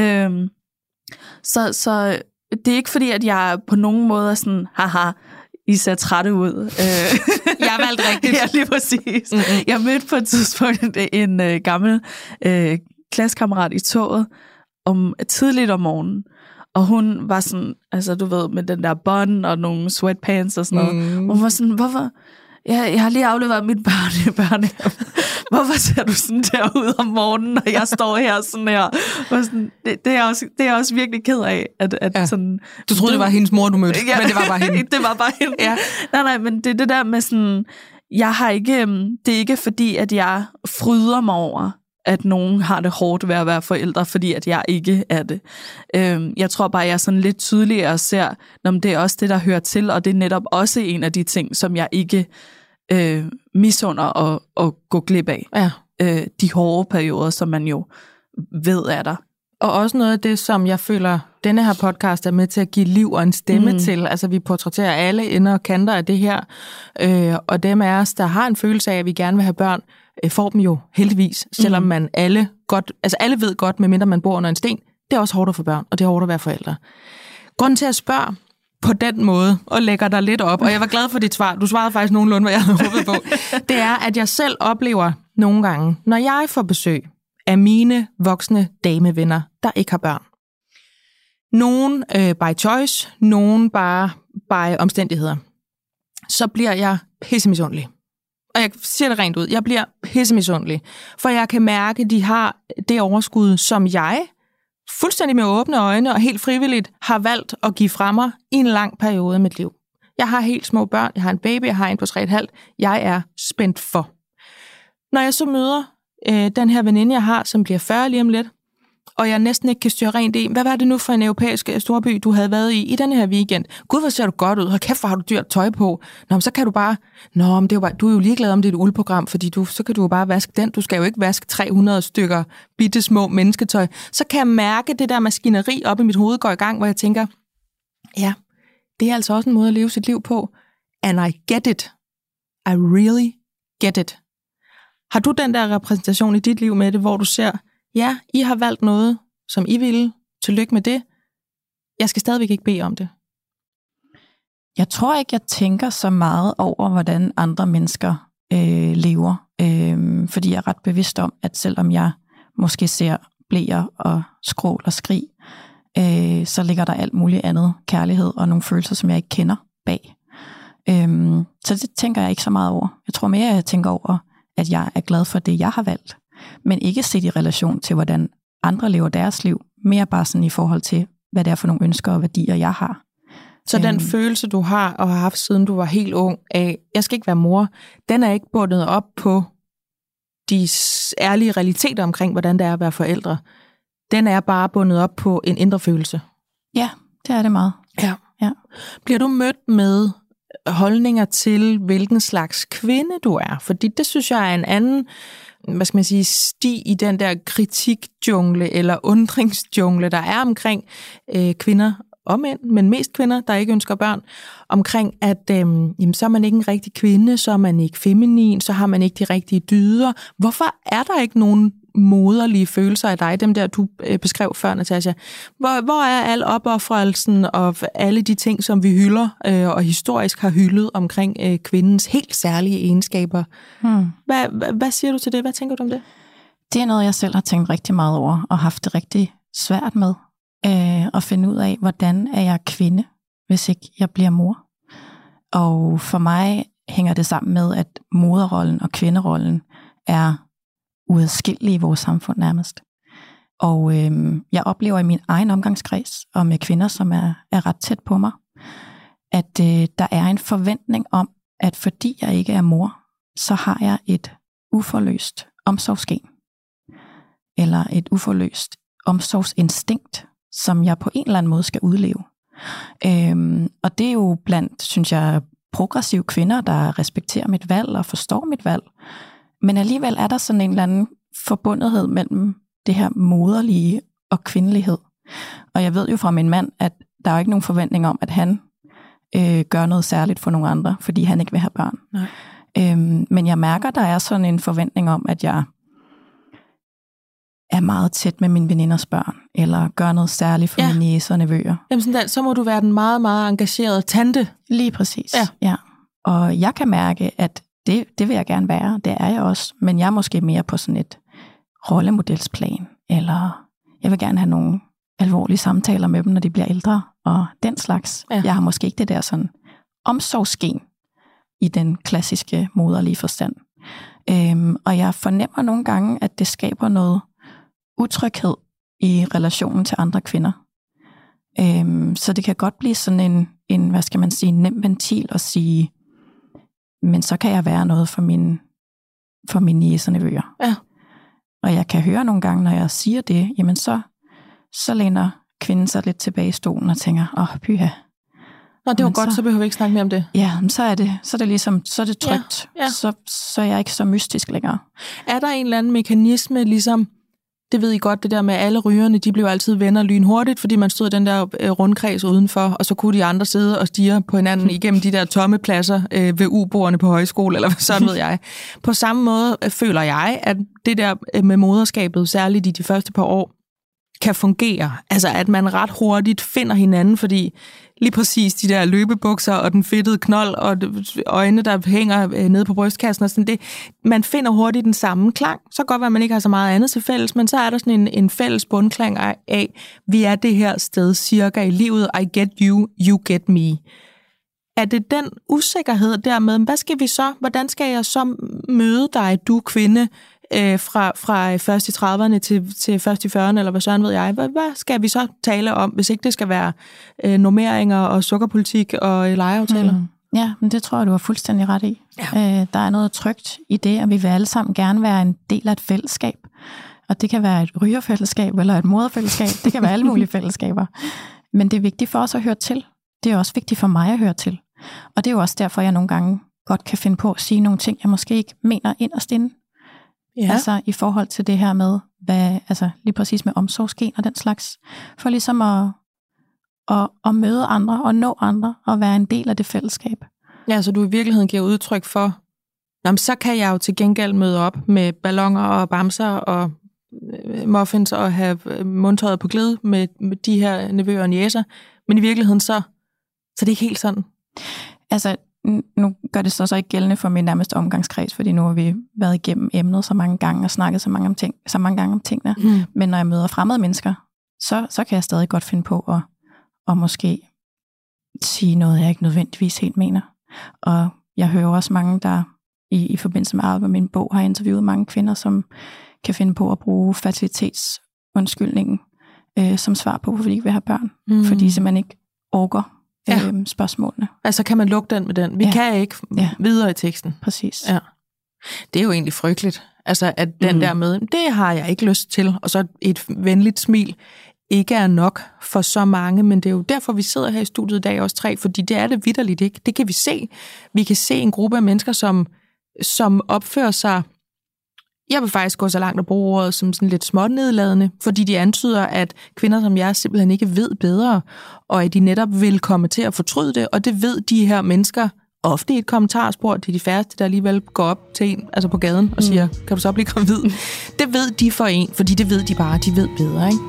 Så det er ikke fordi, at jeg på nogen måde er sådan, haha, I ser trætte ud. Jeg har valgt rigtigt. Ja, lige præcis. Mm-hmm. Jeg mødte på et tidspunkt en gammel klassekammerat i toget tidligt om morgenen, og hun var sådan, altså du ved, med den der bun og nogle sweatpants og sådan noget. Hun var sådan, hvorfor? Jeg har lige afleveret mit barn i børnehjem. Hvorfor ser du sådan der ud om morgenen, og jeg står her sådan her? Sådan, det er jeg også virkelig ked af. At sådan, du troede, det var hendes mor, du mødte, ja, men det var bare hende. Det var bare hende. Ja. Nej, men det er det der med sådan, det er ikke fordi, at jeg fryder mig over, at nogen har det hårdt ved at være forældre, fordi at jeg ikke er det. Jeg tror bare, at jeg er sådan lidt tydeligere og ser, om det er også det, der hører til, og det er netop også en af de ting, som jeg ikke misunder at gå glip af. Ja. De hårde perioder, som man jo ved er der. Og også noget af det, som jeg føler, denne her podcast er med til at give liv og en stemme til. Altså vi portrætterer alle ender og kanter af det her. Og dem af os, der har en følelse af, at vi gerne vil have børn, får dem jo heldigvis, selvom man alle ved godt, medmindre man bor under en sten, det er også hårdt at få børn, og det er hårdt at være forældre. Grunden til at spørge på den måde, og lægger dig lidt op, og jeg var glad for dit svar, du svarede faktisk nogenlunde, hvad jeg havde håbet på, det er, at jeg selv oplever nogle gange, når jeg får besøg af mine voksne damevenner, der ikke har børn. Nogen by choice, nogen bare by omstændigheder. Så bliver jeg pissemisundelig. Og jeg siger det rent ud, jeg bliver pissemisundelig. For jeg kan mærke, at de har det overskud, som jeg fuldstændig med åbne øjne og helt frivilligt har valgt at give fra mig i en lang periode af mit liv. Jeg har helt små børn, jeg har en baby, jeg har en på 3,5. Jeg er spændt for. Når jeg så møder den her veninde, jeg har, som bliver 40 lige om lidt, og jeg næsten ikke kan styre rent i, hvad var det nu for en europæisk storby, du havde været i denne her weekend? Gud, hvor ser du godt ud. Hold kæft, hvor har du dyrt tøj på. Nå, men så kan du bare... Nå, men det er jo bare... Du er jo ligeglad om det er et uldprogram, fordi så kan du jo bare vaske den. Du skal jo ikke vaske 300 stykker bittesmå mennesketøj. Så kan jeg mærke, det der maskineri op i mit hoved går i gang, hvor jeg tænker, ja, det er altså også en måde at leve sit liv på. And I get it. I really get it. Har du den der repræsentation i dit liv med det, hvor du ser, ja, I har valgt noget, som I ville. Tillykke med det. Jeg skal stadigvæk ikke bede om det. Jeg tror ikke, jeg tænker så meget over, hvordan andre mennesker lever. Fordi jeg er ret bevidst om, at selvom jeg måske ser bleer og skrål og skrig, så ligger der alt muligt andet kærlighed og nogle følelser, som jeg ikke kender bag. Så det tænker jeg ikke så meget over. Jeg tror mere, jeg tænker over, at jeg er glad for det, jeg har valgt. Men ikke set i relation til, hvordan andre lever deres liv. Mere bare sådan i forhold til, hvad det er for nogle ønsker og værdier, jeg har. Så den følelse, du har og har haft, siden du var helt ung, af, jeg skal ikke være mor, den er ikke bundet op på de ærlige realiteter omkring, hvordan det er at være forældre. Den er bare bundet op på en indre følelse. Ja, det er det meget. Ja. Bliver du mødt med holdninger til, hvilken slags kvinde du er? Fordi det synes jeg er en anden, hvad skal man sige, sti i den der kritikjungle eller undringsjungle, der er omkring kvinder og mænd, men mest kvinder, der ikke ønsker børn, omkring, at jamen, så er man ikke en rigtig kvinde, så er man ikke feminin, så har man ikke de rigtige dyder. Hvorfor er der ikke nogen moderlige følelser af dig, dem der, du beskrev før, Natasja? Hvor er al opoffrelsen og alle de ting, som vi hylder og historisk har hyldet omkring kvindens helt særlige egenskaber? Hvad siger du til det? Hvad tænker du om det? Det er noget, jeg selv har tænkt rigtig meget over og haft det rigtig svært med. At finde ud af, hvordan er jeg kvinde, hvis ikke jeg bliver mor. Og for mig hænger det sammen med, at moderrollen og kvinderollen er uadskillelige i vores samfund nærmest. Og jeg oplever i min egen omgangskreds, og med kvinder, som er ret tæt på mig, at der er en forventning om, at fordi jeg ikke er mor, så har jeg et uforløst omsorgsgen. Eller et uforløst omsorgsinstinkt, som jeg på en eller anden måde skal udleve. Og det er jo blandt, synes jeg, progressive kvinder, der respekterer mit valg og forstår mit valg. Men alligevel er der sådan en eller anden forbundethed mellem det her moderlige og kvindelighed. Og jeg ved jo fra min mand, at der er jo ikke nogen forventning om, at han gør noget særligt for nogle andre, fordi han ikke vil have børn. Men jeg mærker, der er sådan en forventning om, at jeg er meget tæt med mine veninders børn, eller gør noget særligt for mine niecer og nevøer. Jamen sådan der, så må du være den meget, meget engagerede tante. Lige præcis, ja. Og jeg kan mærke, at det vil jeg gerne være, det er jeg også, men jeg er måske mere på sådan et rollemodelsplan, eller jeg vil gerne have nogle alvorlige samtaler med dem, når de bliver ældre, og den slags. Ja. Jeg har måske ikke det der sådan omsorgsgen i den klassiske moderlige forstand. Og jeg fornemmer nogle gange, at det skaber noget utryghed i relationen til andre kvinder. Så det kan godt blive sådan en hvad skal man sige, nem ventil at sige, men så kan jeg være noget for mine niecer og nevøer. Ja. Og jeg kan høre nogle gange, når jeg siger det, jamen så læner kvinden sig lidt tilbage i stolen og tænker, pyha. Nå, det var godt, så behøver vi ikke snakke mere om det. Ja, men så er det ligesom, så er det trygt. Ja. Så er jeg ikke så mystisk længere. Er der en eller anden mekanisme, ligesom, det ved I godt, det der med alle rygerne, de blev altid venner lynhurtigt, fordi man stod i den der rundkreds udenfor, og så kunne de andre sidde og stirre på hinanden igennem de der tomme pladser ved U-bordene på højskole, eller sådan ved jeg. På samme måde føler jeg, at det der med moderskabet, særligt i de første par år, kan fungere. Altså, at man ret hurtigt finder hinanden, fordi lige præcis de der løbebukser og den fedtede knold og øjne, der hænger nede på brystkassen og sådan det, man finder hurtigt den samme klang. Så kan godt være, at man ikke har så meget andet til fælles, men så er der sådan en fælles bundklang af, vi er det her sted cirka i livet, I get you, you get me. Er det den usikkerhed dermed, hvad skal vi så, hvordan skal jeg så møde dig, du kvinde, fra først i 30'erne til først i 40'erne, eller hvad sådan ved jeg. Hvad skal vi så tale om, hvis ikke det skal være normeringer og sukkerpolitik og lejeaftaler? Ja, men det tror jeg, du har fuldstændig ret i. Ja. Der er noget trygt i det, at vi vil alle sammen gerne være en del af et fællesskab. Og det kan være et rygerfællesskab, eller et moderfællesskab. Det kan være alle mulige fællesskaber. Men det er vigtigt for os at høre til. Det er også vigtigt for mig at høre til. Og det er jo også derfor, jeg nogle gange godt kan finde på at sige nogle ting, jeg måske ikke mener inderst inde. Ja. Altså i forhold til det her med, lige præcis med omsorgsgen og den slags, for ligesom at møde andre og nå andre og være en del af det fællesskab. Ja, så du i virkeligheden giver udtryk for, så kan jeg jo til gengæld møde op med balloner og bamser og muffins og have mundtøjet på glæde med de her nevøer og niecer. Men i virkeligheden så det er ikke helt sådan. Altså, nu gør det så ikke gældende for min nærmeste omgangskreds, fordi nu har vi været igennem emnet så mange gange og snakket så mange gange om tingene. Men når jeg møder fremmede mennesker, så kan jeg stadig godt finde på at måske sige noget, jeg ikke nødvendigvis helt mener. Og jeg hører også mange, der i forbindelse med arbejdet med min bog, har interviewet mange kvinder, som kan finde på at bruge fertilitetsundskyldningen som svar på, hvorfor de ikke vil have børn. Fordi de simpelthen ikke orker spørgsmålene. Altså kan man lukke den med den? Vi kan ikke videre i teksten. Præcis. Ja. Det er jo egentlig frygteligt. Altså at den der med, det har jeg ikke lyst til, og så et venligt smil ikke er nok for så mange, men det er jo derfor, vi sidder her i studiet i dag også 3, fordi det er det vitterligt ikke. Det kan vi se. Vi kan se en gruppe af mennesker, som opfører sig, jeg vil faktisk gå så langt at bruge ordet som sådan lidt smånedladende, fordi de antyder, at kvinder som jeg simpelthen ikke ved bedre, og at de netop vil komme til at fortryde det, og det ved de her mennesker ofte i et kommentarspor til de færreste, der alligevel går op til en, altså på gaden, og siger, kan du så blive gravid? Det ved de for en, fordi det ved de bare, de ved bedre, ikke?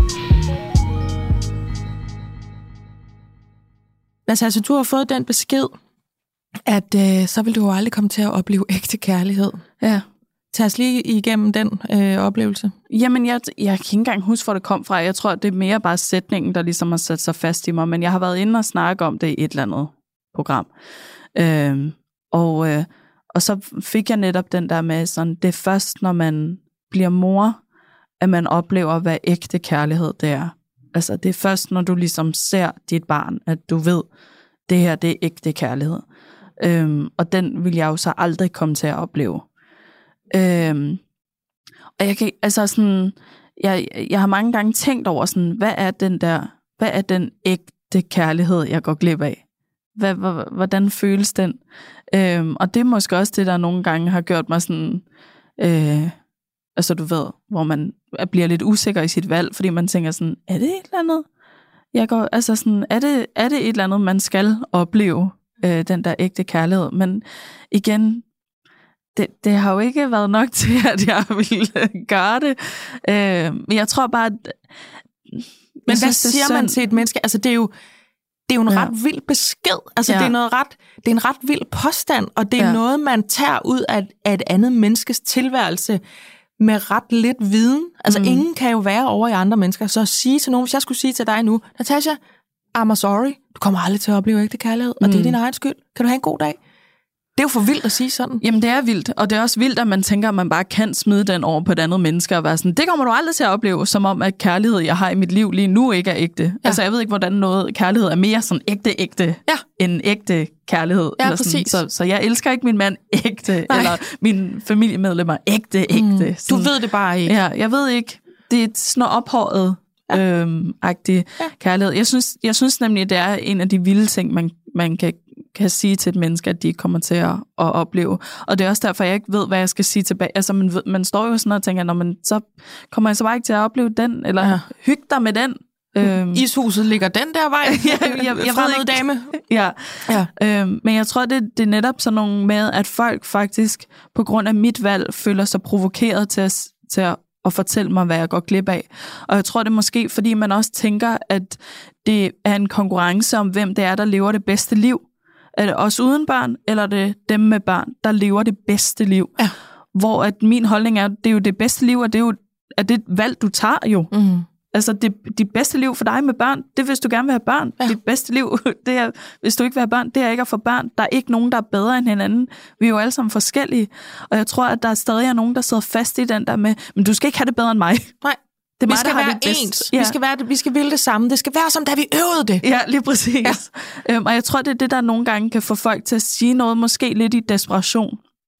Altså, du har fået den besked, at så vil du jo aldrig komme til at opleve ægte kærlighed. Ja. Tag os lige igennem den oplevelse. Jamen, jeg kan ikke engang huske, hvor det kom fra. Jeg tror, det er mere bare sætningen, der ligesom har sat sig fast i mig. Men jeg har været inde og snakke om det i et eller andet program. Og så fik jeg netop den der med, sådan, det er først, når man bliver mor, at man oplever, hvad ægte kærlighed det er. Altså, det er først, når du ligesom ser dit barn, at du ved, det her, det er ægte kærlighed. Og den vil jeg jo så aldrig komme til at opleve. Og jeg kan, altså sådan, jeg har mange gange tænkt over sådan, hvad er den ægte kærlighed, jeg går glip af? Hvordan føles den? Og det er måske også det, der nogle gange har gjort mig sådan, altså du ved, hvor man bliver lidt usikker i sit valg, fordi man tænker sådan, er det et eller andet? Altså sådan, er det et eller andet, man skal opleve, den der ægte kærlighed? Men igen, det har jo ikke været nok til, at jeg ville gøre det. Men jeg tror bare, at... Men hvad siger man til et menneske? Altså, det er jo en ret vild besked. Altså, det er en ret vild påstand, og det er noget, man tager ud af et andet menneskes tilværelse med ret lidt viden. Altså, ingen kan jo være over i andre mennesker. Så at sige til nogen, hvis jeg skulle sige til dig nu, Natasha, I'm sorry, du kommer aldrig til at opleve ægte kærlighed, og det er din egen skyld. Kan du have en god dag? Det er jo for vildt at sige sådan. Jamen, det er vildt, og det er også vildt, at man tænker, at man bare kan smide den over på et andet menneske og være sådan, det kommer du aldrig til at opleve, som om, at kærlighed, jeg har i mit liv lige nu, ikke er ægte. Ja. Altså, jeg ved ikke, hvordan noget kærlighed er mere sådan ægte end ægte kærlighed. Ja, eller sådan. Så jeg elsker ikke min mand ægte, eller mine familiemedlemmer ægte. Sådan. Du ved det bare ikke. Ja, jeg ved ikke. Det er sådan noget ophøjet agtig kærlighed. Jeg synes nemlig, det er en af de vilde ting, man kan sige til et menneske, at de kommer til at opleve. Og det er også derfor, jeg ikke ved, hvad jeg skal sige tilbage. Altså, man står jo sådan og tænker, når man så kommer jeg så bare ikke til at opleve den, eller hygge dig med den. Ishuset ligger den der vej. jeg ved ikke. Dame. Ja. Men jeg tror, det er netop sådan nogle med, at folk faktisk, på grund af mit valg, føler sig provokeret til at fortælle mig, hvad jeg går glip af. Og jeg tror, det er måske, fordi man også tænker, at det er en konkurrence om, hvem det er, der lever det bedste liv. Er det os uden børn, eller er det dem med børn, der lever det bedste liv? Ja. Hvor at min holdning er, det er jo det bedste liv, og det er jo det valg, du tager jo. Altså, det bedste liv for dig med børn, det er, hvis du gerne vil have børn. Ja. Det bedste liv, det er, hvis du ikke vil have børn, det er ikke at få børn. Der er ikke nogen, der er bedre end hinanden. Vi er jo alle sammen forskellige. Og jeg tror, at der stadig er nogen, der sidder fast i den der med, men du skal ikke have det bedre end mig. Nej. Det vi skal være ens. Ja. Vi skal ville det samme. Det skal være som, da vi øvede det. Ja, lige præcis. Ja. Og jeg tror, det er det, der nogle gange kan få folk til at sige noget, måske lidt i desperation.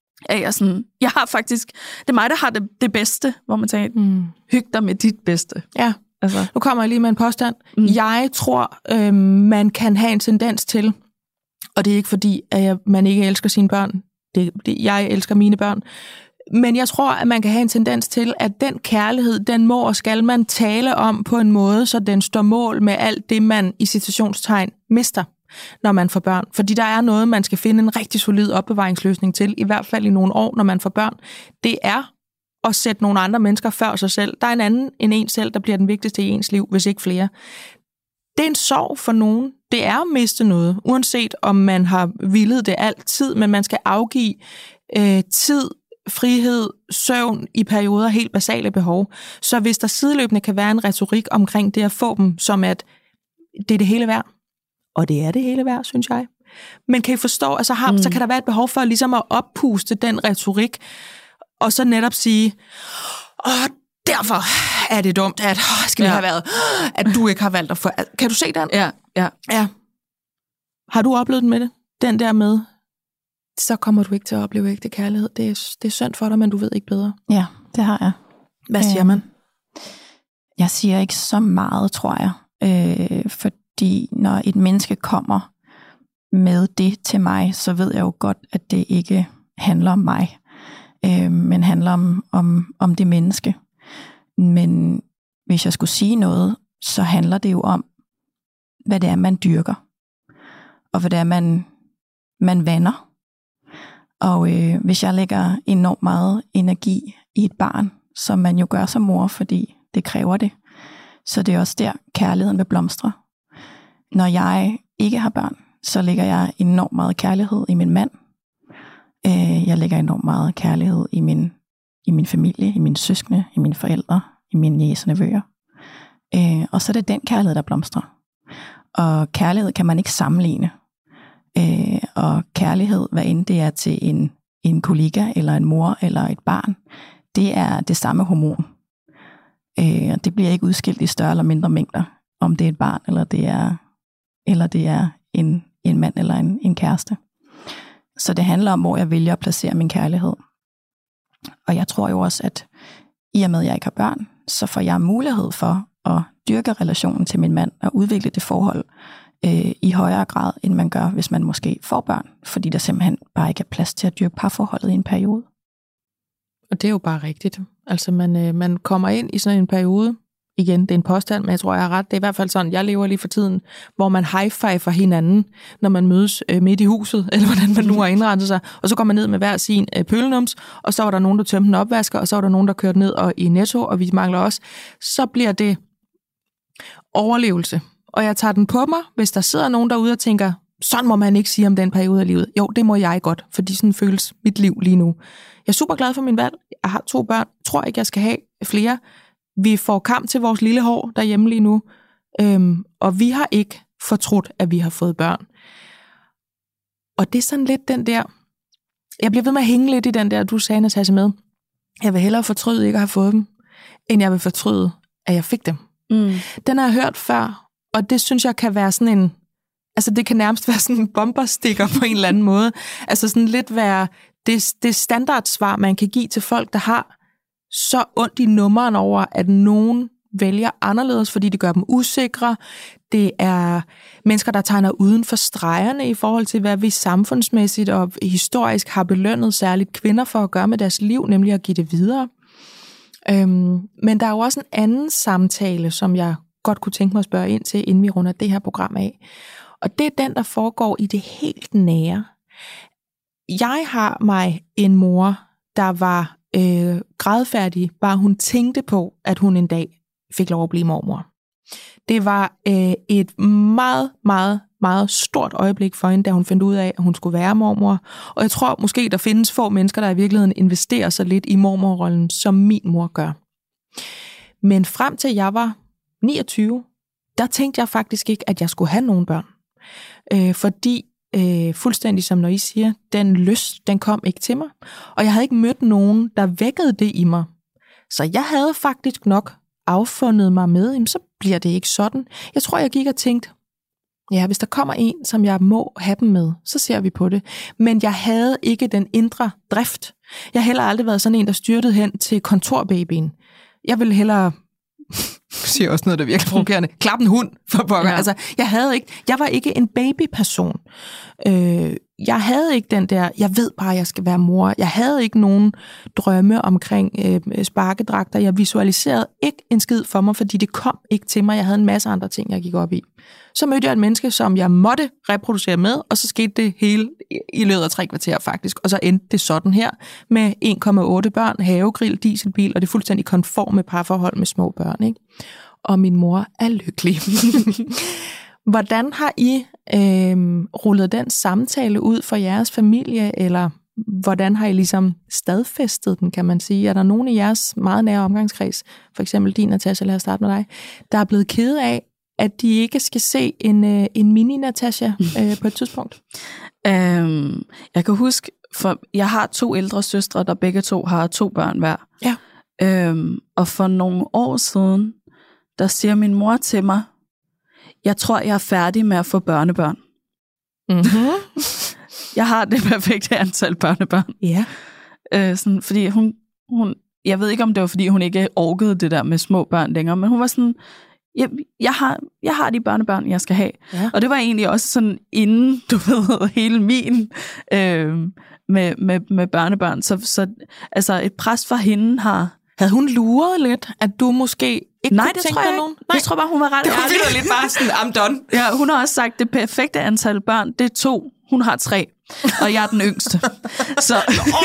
Jeg har faktisk... Det er mig, der har det bedste, hvor man tænker, hyg dig med dit bedste. Ja. Altså. Nu kommer jeg lige med en påstand. Jeg tror, man kan have en tendens til, og det er ikke fordi, at man ikke elsker sine børn. Jeg elsker mine børn. Men jeg tror, at man kan have en tendens til, at den kærlighed, den må og skal man tale om på en måde, så den står mål med alt det, man i citationstegn mister, når man får børn. Fordi der er noget, man skal finde en rigtig solid opbevaringsløsning til, i hvert fald i nogle år, når man får børn. Det er at sætte nogle andre mennesker før sig selv. Der er en anden end en selv, der bliver den vigtigste i ens liv, hvis ikke flere. Det er en sorg for nogen. Det er at miste noget, uanset om man har villet det altid, men man skal afgive tid, frihed, søvn i perioder, helt basale behov. Så hvis der sideløbende kan være en retorik omkring det at få dem, som at det er det hele værd, og det er det hele værd, synes jeg. Men kan I forstå, altså så kan der være et behov for ligesom at oppuste den retorik, og så netop sige, derfor er det dumt, at skal vi have været, at du ikke har valgt at få. Kan du se den? Ja. Har du oplevet den med det? Den der med, så kommer du ikke til at opleve ægte kærlighed. Det er synd for dig, men du ved ikke bedre. Ja, det har jeg. Hvad siger man? Jeg siger ikke så meget, tror jeg. Fordi når et menneske kommer med det til mig, så ved jeg jo godt, at det ikke handler om mig, men handler om det menneske. Men hvis jeg skulle sige noget, så handler det jo om, hvad det er, man dyrker, og hvad det er, man vander. Og hvis jeg lægger enormt meget energi i et barn, som man jo gør som mor, fordi det kræver det, så det er også der, kærligheden vil blomstre. Når jeg ikke har børn, så lægger jeg enormt meget kærlighed i min mand. Jeg lægger enormt meget kærlighed i min familie, i mine søskende, i mine forældre, i mine niecer og nevøer. Og så er det den kærlighed, der blomstrer. Og kærlighed kan man ikke sammenligne. Og kærlighed, hvad end det er til en kollega, eller en mor, eller et barn, det er det samme hormon. Det bliver ikke udskilt i større eller mindre mængder, om det er et barn, eller det er en mand eller en kæreste. Så det handler om, hvor jeg vælger at placere min kærlighed. Og jeg tror jo også, at i og med, at jeg ikke har børn, så får jeg mulighed for at dyrke relationen til min mand og udvikle det forhold i højere grad, end man gør, hvis man måske får børn, fordi der simpelthen bare ikke er plads til at dyrke parforholdet i en periode. Og det er jo bare rigtigt. Altså man kommer ind i sådan en periode, igen, det er en påstand, men jeg tror, jeg har ret. Det er i hvert fald sådan, jeg lever lige for tiden, hvor man high-fiver hinanden, når man mødes midt i huset, eller hvordan man nu har indrettet sig. Og så går man ned med hver sin pølenums, og så var der nogen, der tømte en opvasker, og så var der nogen, der kørte ned og i Netto, og vi mangler også. Så bliver det overlevelse. Og jeg tager den på mig, hvis der sidder nogen derude og tænker, sådan må man ikke sige om den periode af livet. Jo, det må jeg godt, fordi sådan føles mit liv lige nu. Jeg er super glad for min valg. Jeg har 2 børn. Tror ikke, jeg skal have flere. Vi får kamp til vores lille hår derhjemme lige nu. Og vi har ikke fortrudt, at vi har fået børn. Og det er sådan lidt den der... Jeg bliver ved med at hænge lidt i den der, du sagde, Natasja, med. Jeg vil hellere fortryde ikke at have fået dem, end jeg vil fortryde, at jeg fik dem. Den har jeg hørt før, og det synes jeg kan være sådan en... Altså det kan nærmest være sådan en bomberstikker på en eller anden måde. Altså sådan lidt være det standardsvar, man kan give til folk, der har så ondt i nummeren over, at nogen vælger anderledes, fordi det gør dem usikre. Det er mennesker, der tegner uden for stregerne i forhold til, hvad vi samfundsmæssigt og historisk har belønnet særligt kvinder for at gøre med deres liv, nemlig at give det videre. Men der er jo også en anden samtale, som jeg godt kunne tænke mig at spørge ind til, inden vi runder det her program af. Og det er den, der foregår i det helt nære. Jeg har mig en mor, der var grædfærdig, bare hun tænkte på, at hun en dag fik lov at blive mormor. Det var et meget, meget, meget stort øjeblik for hende, da hun fandt ud af, at hun skulle være mormor. Og jeg tror måske, der findes få mennesker, der i virkeligheden investerer så lidt i mormorrollen, som min mor gør. Men frem til jeg var 29, der tænkte jeg faktisk ikke, at jeg skulle have nogen børn. Fordi fuldstændig som når I siger, den lyst, den kom ikke til mig. Og jeg havde ikke mødt nogen, der vækkede det i mig. Så jeg havde faktisk nok affundet mig med, jamen, så bliver det ikke sådan. Jeg tror, jeg gik og tænkte, ja, hvis der kommer en, som jeg må have dem med, så ser vi på det. Men jeg havde ikke den indre drift. Jeg har heller aldrig været sådan en, der styrtede hen til kontorbabyen. Jeg ville hellere... siger også noget, der virkelig provokerende. Klap en hund for pokker. Ja. Altså, jeg var ikke en babyperson. jeg havde ikke den der, jeg ved bare, at jeg skal være mor. Jeg havde ikke nogen drømme omkring sparkedragter. Jeg visualiserede ikke en skid for mig, fordi det kom ikke til mig. Jeg havde en masse andre ting, jeg gik op i. Så mødte jeg et menneske, som jeg måtte reproducere med, og så skete det hele i løbet af 3 kvarter faktisk. Og så endte det sådan her med 1,8 børn, havegrill, dieselbil, og det fuldstændig konforme parforhold med små børn, ikke? Og min mor er lykkelig. Hvordan har I rullet den samtale ud for jeres familie, eller hvordan har I ligesom stadfæstet den, kan man sige? Er der nogen i jeres meget nære omgangskreds, for eksempel din, Natasha, lad os starte med dig, der er blevet ked af, at de ikke skal se en mini-Natasha på et tidspunkt? Jeg kan huske, for jeg har 2 ældre søstre, der begge 2 har 2 børn hver. Ja. Og for nogle år siden, der siger min mor til mig, jeg tror, jeg er færdig med at få børnebørn. Mm-hmm. Jeg har det perfekte antal børnebørn. Ja. Sådan, fordi hun, jeg ved ikke, om det var, fordi hun ikke orkede det der med små børn længere, men hun var sådan, jeg har de børnebørn, jeg skal have. Ja. Og det var egentlig også sådan, inden, du ved, hele min med børnebørn. Så altså, et pres fra hende har... Havde hun luret lidt, at du måske ikke Nej, kunne det tænke tror jeg dig ikke. nogen? Jeg tror bare, hun var ret ærlig. Det var lidt bare sådan, I'm done. Ja, hun har også sagt, det perfekte antal børn, det er 2. Hun har 3, og jeg er den yngste. Så,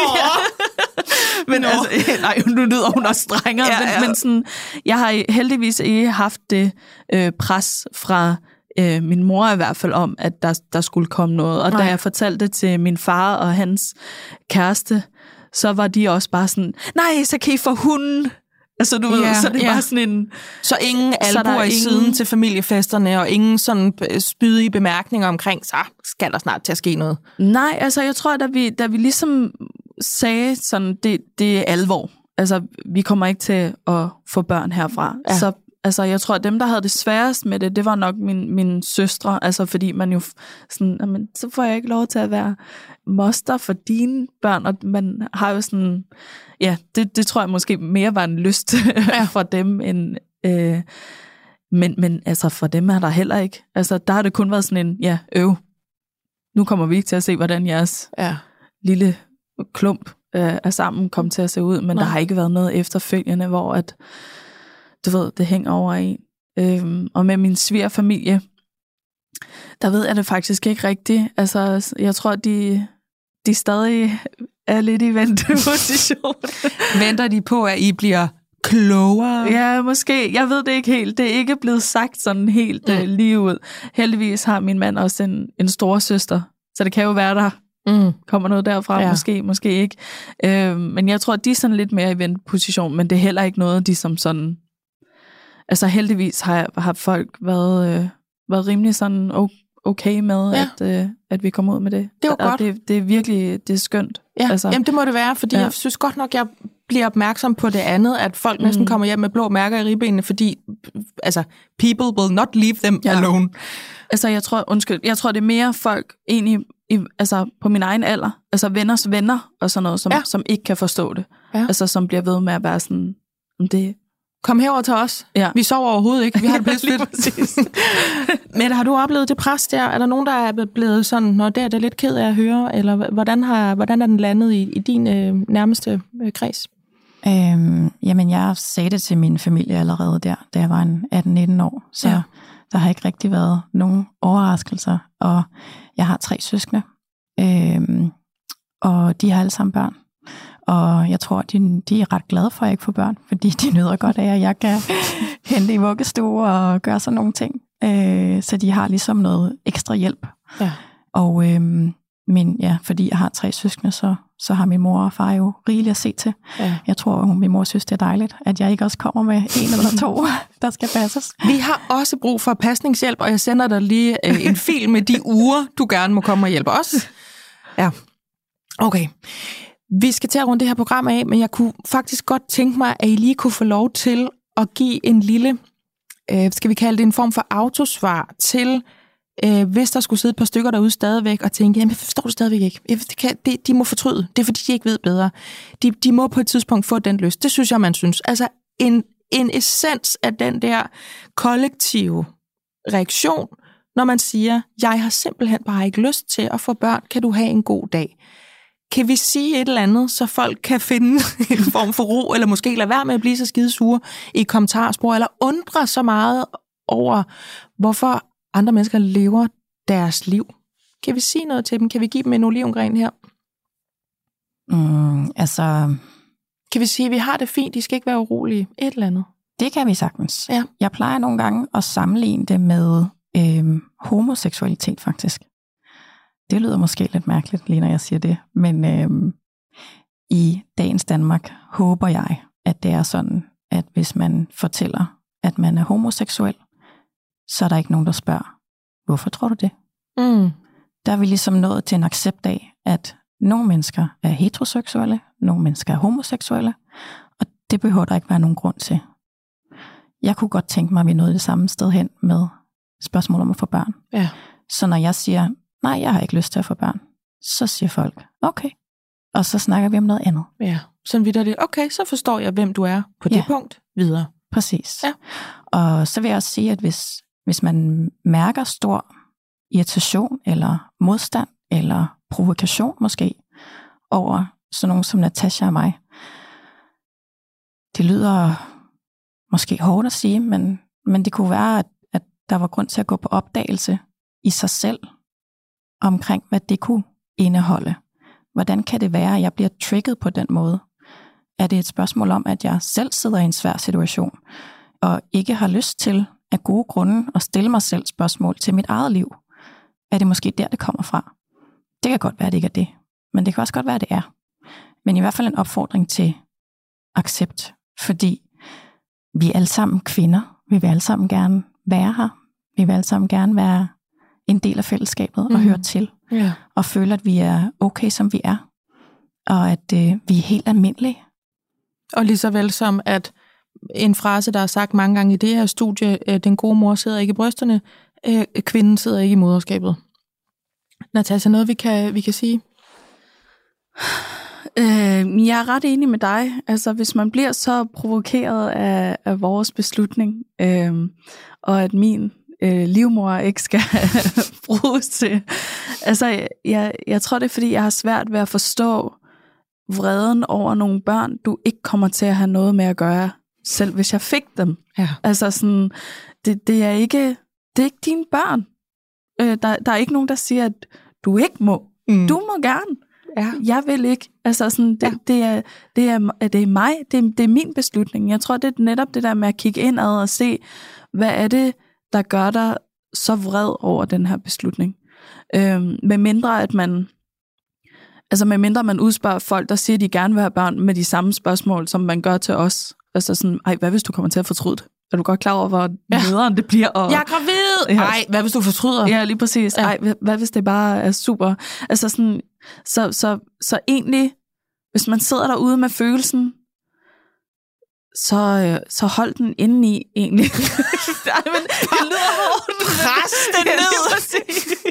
men altså, nej, nu lyder hun også strengere, men sådan, jeg har heldigvis ikke haft det pres fra min mor i hvert fald om, at der skulle komme noget. Og da jeg fortalte det til min far og hans kæreste, så var de også bare sådan, nej, så kan I få hunden. Altså, du ved, så det er bare sådan en... Så ingen albuer i siden til familiefesterne, og ingen sådan spydige bemærkninger omkring, så skal der snart til at ske noget. Nej, altså, jeg tror, da vi ligesom sagde sådan, det er alvor. Altså, vi kommer ikke til at få børn herfra. Ja. Så altså, jeg tror, at dem, der havde det sværest med det var nok mine søstre, altså fordi man jo sådan, jamen, så får jeg ikke lov til at være moster for dine børn, og man har jo sådan, ja, det tror jeg måske mere var en lyst for dem, end, men altså for dem er der heller ikke, altså der har det kun været sådan en, nu kommer vi ikke til at se, hvordan jeres lille klump af sammen kom til at se ud, men der har ikke været noget efterfølgende, hvor at du ved, det hænger over en. Og med min svigerfamilie, der ved jeg det faktisk ikke rigtigt. Altså, jeg tror, de stadig er lidt i venteposition. Venter de på, at I bliver klogere? Ja, måske. Jeg ved det ikke helt. Det er ikke blevet sagt sådan helt lige ud. Heldigvis har min mand også en storesøster, så det kan jo være, der kommer noget derfra. Måske ikke. Men jeg tror, de er sådan lidt mere i venteposition, men det er heller ikke noget, de som sådan... Altså heldigvis har folk været rimelig sådan okay med, at vi kommer ud med det. Det var godt. Det er virkelig, det er skønt. Ja, altså. Jamen det må det være, fordi jeg synes godt nok, jeg bliver opmærksom på det andet, at folk næsten kommer hjem med blå mærker i ribbenene, fordi altså, people will not leave them alone. Altså jeg tror det er mere folk egentlig altså på min egen alder, altså venners venner og sådan noget, som ikke kan forstå det. Ja. Altså som bliver ved med at være sådan, det kom herover til os. Ja. Vi sover overhovedet ikke. Vi har det pisse Men har du oplevet det pres der? Er der nogen, der er blevet sådan, når det er det lidt ked af at høre? Eller hvordan er den landet i din nærmeste kreds? Jamen, jeg sagde det til min familie allerede der, da jeg var 18-19 år. Så der har ikke rigtig været nogen overraskelser. Og jeg har 3 søskende. Og de har alle sammen børn. Og jeg tror, de er ret glade for, at jeg ikke får børn, fordi de nyder godt af, at jeg kan hente i vuggestue og gøre sådan nogle ting. Så de har ligesom noget ekstra hjælp. Ja. Og fordi jeg har 3 søskende, så har min mor og far jo rigeligt at se til. Ja. Jeg tror, min mor synes, det er dejligt, at jeg ikke også kommer med 1 eller 2, der skal passes. Vi har også brug for pasningshjælp, og jeg sender dig lige en fil med de uger, du gerne må komme og hjælpe os. Ja, okay. Vi skal til at runde det her program af, men jeg kunne faktisk godt tænke mig, at I lige kunne få lov til at give en lille, skal vi kalde det en form for autosvar til, hvis der skulle sidde et par stykker derude stadigvæk og tænke, jamen jeg forstår det stadigvæk ikke. De må fortryde. Det er fordi, de ikke ved bedre. De må på et tidspunkt få den lyst. Det synes jeg, man synes. Altså en essens af den der kollektive reaktion, når man siger, jeg har simpelthen bare ikke lyst til at få børn, kan du have en god dag? Kan vi sige et eller andet, så folk kan finde en form for ro, eller måske lade være med at blive så skidesure i kommentarspor, eller undre så meget over, hvorfor andre mennesker lever deres liv? Kan vi sige noget til dem? Kan vi give dem en olivengren her? Kan vi sige, at vi har det fint, de skal ikke være urolige? Et eller andet. Det kan vi sagtens. Ja. Jeg plejer nogle gange at sammenligne det med homoseksualitet, faktisk. Det lyder måske lidt mærkeligt, lige når jeg siger det, men i dagens Danmark håber jeg, at det er sådan, at hvis man fortæller, at man er homoseksuel, så er der ikke nogen, der spørger, hvorfor tror du det? Der er vi ligesom nået til en accept af, at nogle mennesker er heteroseksuelle, nogle mennesker er homoseksuelle, og det behøver der ikke være nogen grund til. Jeg kunne godt tænke mig, at vi nåede det samme sted hen med spørgsmål om at få børn. Ja. Så når jeg siger, nej, jeg har ikke lyst til at få børn, så siger folk, okay. Og så snakker vi om noget andet. Ja, sådan vidt er det. Okay, så forstår jeg, hvem du er på det punkt videre. Præcis. Ja. Og så vil jeg også sige, at hvis man mærker stor irritation, eller modstand, eller provokation måske, over sådan nogen som Natasha og mig, det lyder måske hårdt at sige, men det kunne være, at der var grund til at gå på opdagelse i sig selv, omkring hvad det kunne indeholde. Hvordan kan det være, at jeg bliver trigget på den måde? Er det et spørgsmål om, at jeg selv sidder i en svær situation, og ikke har lyst til af gode grunde at stille mig selv spørgsmål til mit eget liv? Er det måske der, det kommer fra? Det kan godt være, det ikke er det, men det kan også godt være, det er. Men i hvert fald en opfordring til accept, fordi vi er alle sammen kvinder. Vi vil alle sammen gerne være her. Vi vil alle sammen gerne være en del af fællesskabet og høre til. Ja. Og føle, at vi er okay, som vi er. Og at vi er helt almindelige. Og lige så vel som, at en frase, der er sagt mange gange i det her studie, den gode mor sidder ikke i brysterne, kvinden sidder ikke i moderskabet. Natasha, noget vi kan sige? Jeg er ret enig med dig. Altså, hvis man bliver så provokeret af vores beslutning, og at min livmor ikke skal bruges til. Altså, jeg tror, det er, fordi jeg har svært ved at forstå vreden over nogle børn, du ikke kommer til at have noget med at gøre, selv hvis jeg fik dem. Ja. Altså, sådan, det er ikke dine børn. Der er ikke nogen, der siger, at du ikke må. Du må gerne. Ja. Jeg vil ikke. Altså, sådan, det er mig. Det er min beslutning. Jeg tror, det er netop det der med at kigge indad og se, hvad er det, der gør dig så vred over den her beslutning. Med mindre man udspørger folk, der siger, at de gerne vil have børn med de samme spørgsmål, som man gør til os. Altså sådan, hvad hvis du kommer til at fortryde det? Er du godt klar over, hvor nederen det bliver? Og, jeg er gravid! Nej, hvad hvis du fortryder? Ja, lige præcis. Ja. Hvad hvis det bare er super? Altså sådan, så egentlig, hvis man sidder derude med følelsen, så hold den inde i, egentlig. Nej, men det lyder hårdt. Pres den ned.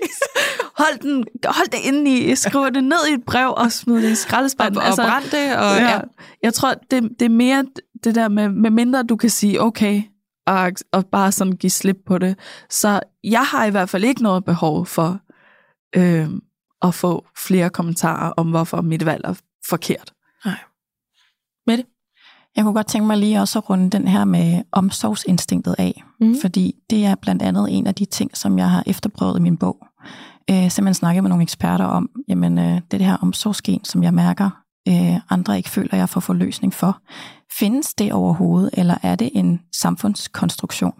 Hold det inde i, skriv det ned i et brev og smid det i skraldespanden. Og brænd det. Og, ja. Jeg tror, det er mere det der med mindre du kan sige, okay, og bare sådan give slip på det. Så jeg har i hvert fald ikke noget behov for at få flere kommentarer om, hvorfor mit valg er forkert. Nej. Mette? Jeg kunne godt tænke mig lige også at runde den her med omsorgsinstinktet af, fordi det er blandt andet en af de ting, som jeg har efterprøvet i min bog. Simpelthen snakket med nogle eksperter om, jamen det her omsorgsgen, som jeg mærker, andre ikke føler, jeg får forløsning for. Findes det overhovedet, eller er det en samfundskonstruktion?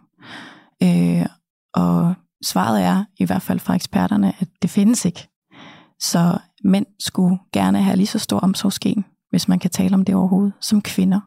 Og svaret er, i hvert fald fra eksperterne, at det findes ikke. Så mænd skulle gerne have lige så stor omsorgsgen, hvis man kan tale om det overhovedet, som kvinder.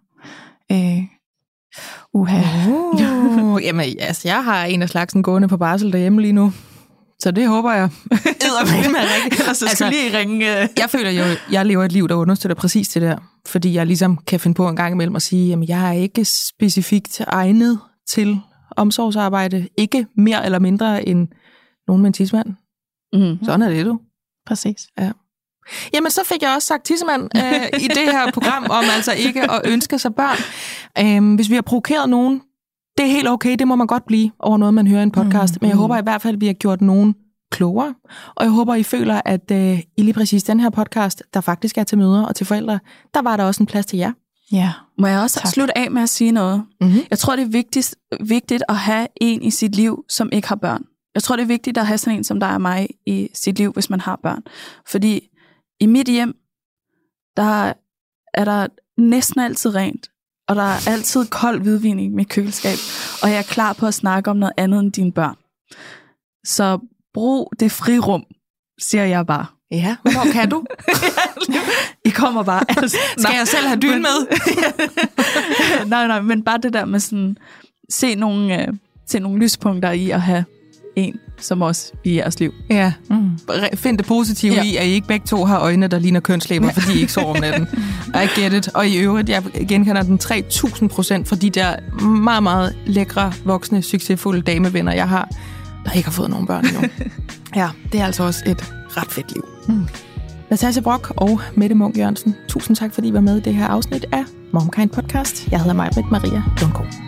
Jamen, altså, jeg har en af slagsen gående på barsel derhjemme lige nu. Så det håber jeg. Så skal lige ringe. Jeg føler jo, jeg lever et liv, der understøtter præcis det der. Fordi jeg ligesom kan finde på en gang imellem at sige, at jeg er ikke specifikt egnet til omsorgsarbejde. Ikke mere eller mindre end nogen med en tidsmand. Sådan er det, du. Præcis. Ja. Jamen, så fik jeg også sagt tissemand i det her program, om altså ikke at ønske sig børn. Hvis vi har provokeret nogen, det er helt okay, det må man godt blive over noget, man hører i en podcast. Men jeg håber i hvert fald, at vi har gjort nogen klogere. Og jeg håber, I føler, at i lige præcis den her podcast, der faktisk er til mødre og til forældre, der var der også en plads til jer. Ja. Må jeg også slutte af med at sige noget? Jeg tror, det er vigtigt at have en i sit liv, som ikke har børn. Jeg tror, det er vigtigt at have sådan en, som der er mig i sit liv, hvis man har børn. Fordi i mit hjem, der er der næsten altid rent, og der er altid kold hvidvin i mit køleskab, og jeg er klar på at snakke om noget andet end dine børn. Så brug det frirum, siger jeg bare. Ja, hvornår kan du? I kommer bare. Altså, skal jeg selv have dyne med? nej, men bare det der med sådan, se nogle lyspunkter i at have en som os i jeres liv. Ja, find det positive i, at I ikke begge to har øjne, der ligner kønslæber, fordi I ikke sover om natten. I get it. Og i øvrigt, jeg genkender den 3000% for de der meget, meget lækre, voksne, succesfulde damevenner, jeg har, der ikke har fået nogen børn endnu. Ja, det er altså også et ret fedt liv. Natasja Brock og Mette Munk Jørgensen, tusind tak, fordi I var med i det her afsnit af MomKind Podcast. Jeg hedder Maj-Britt Maria Lundgaard.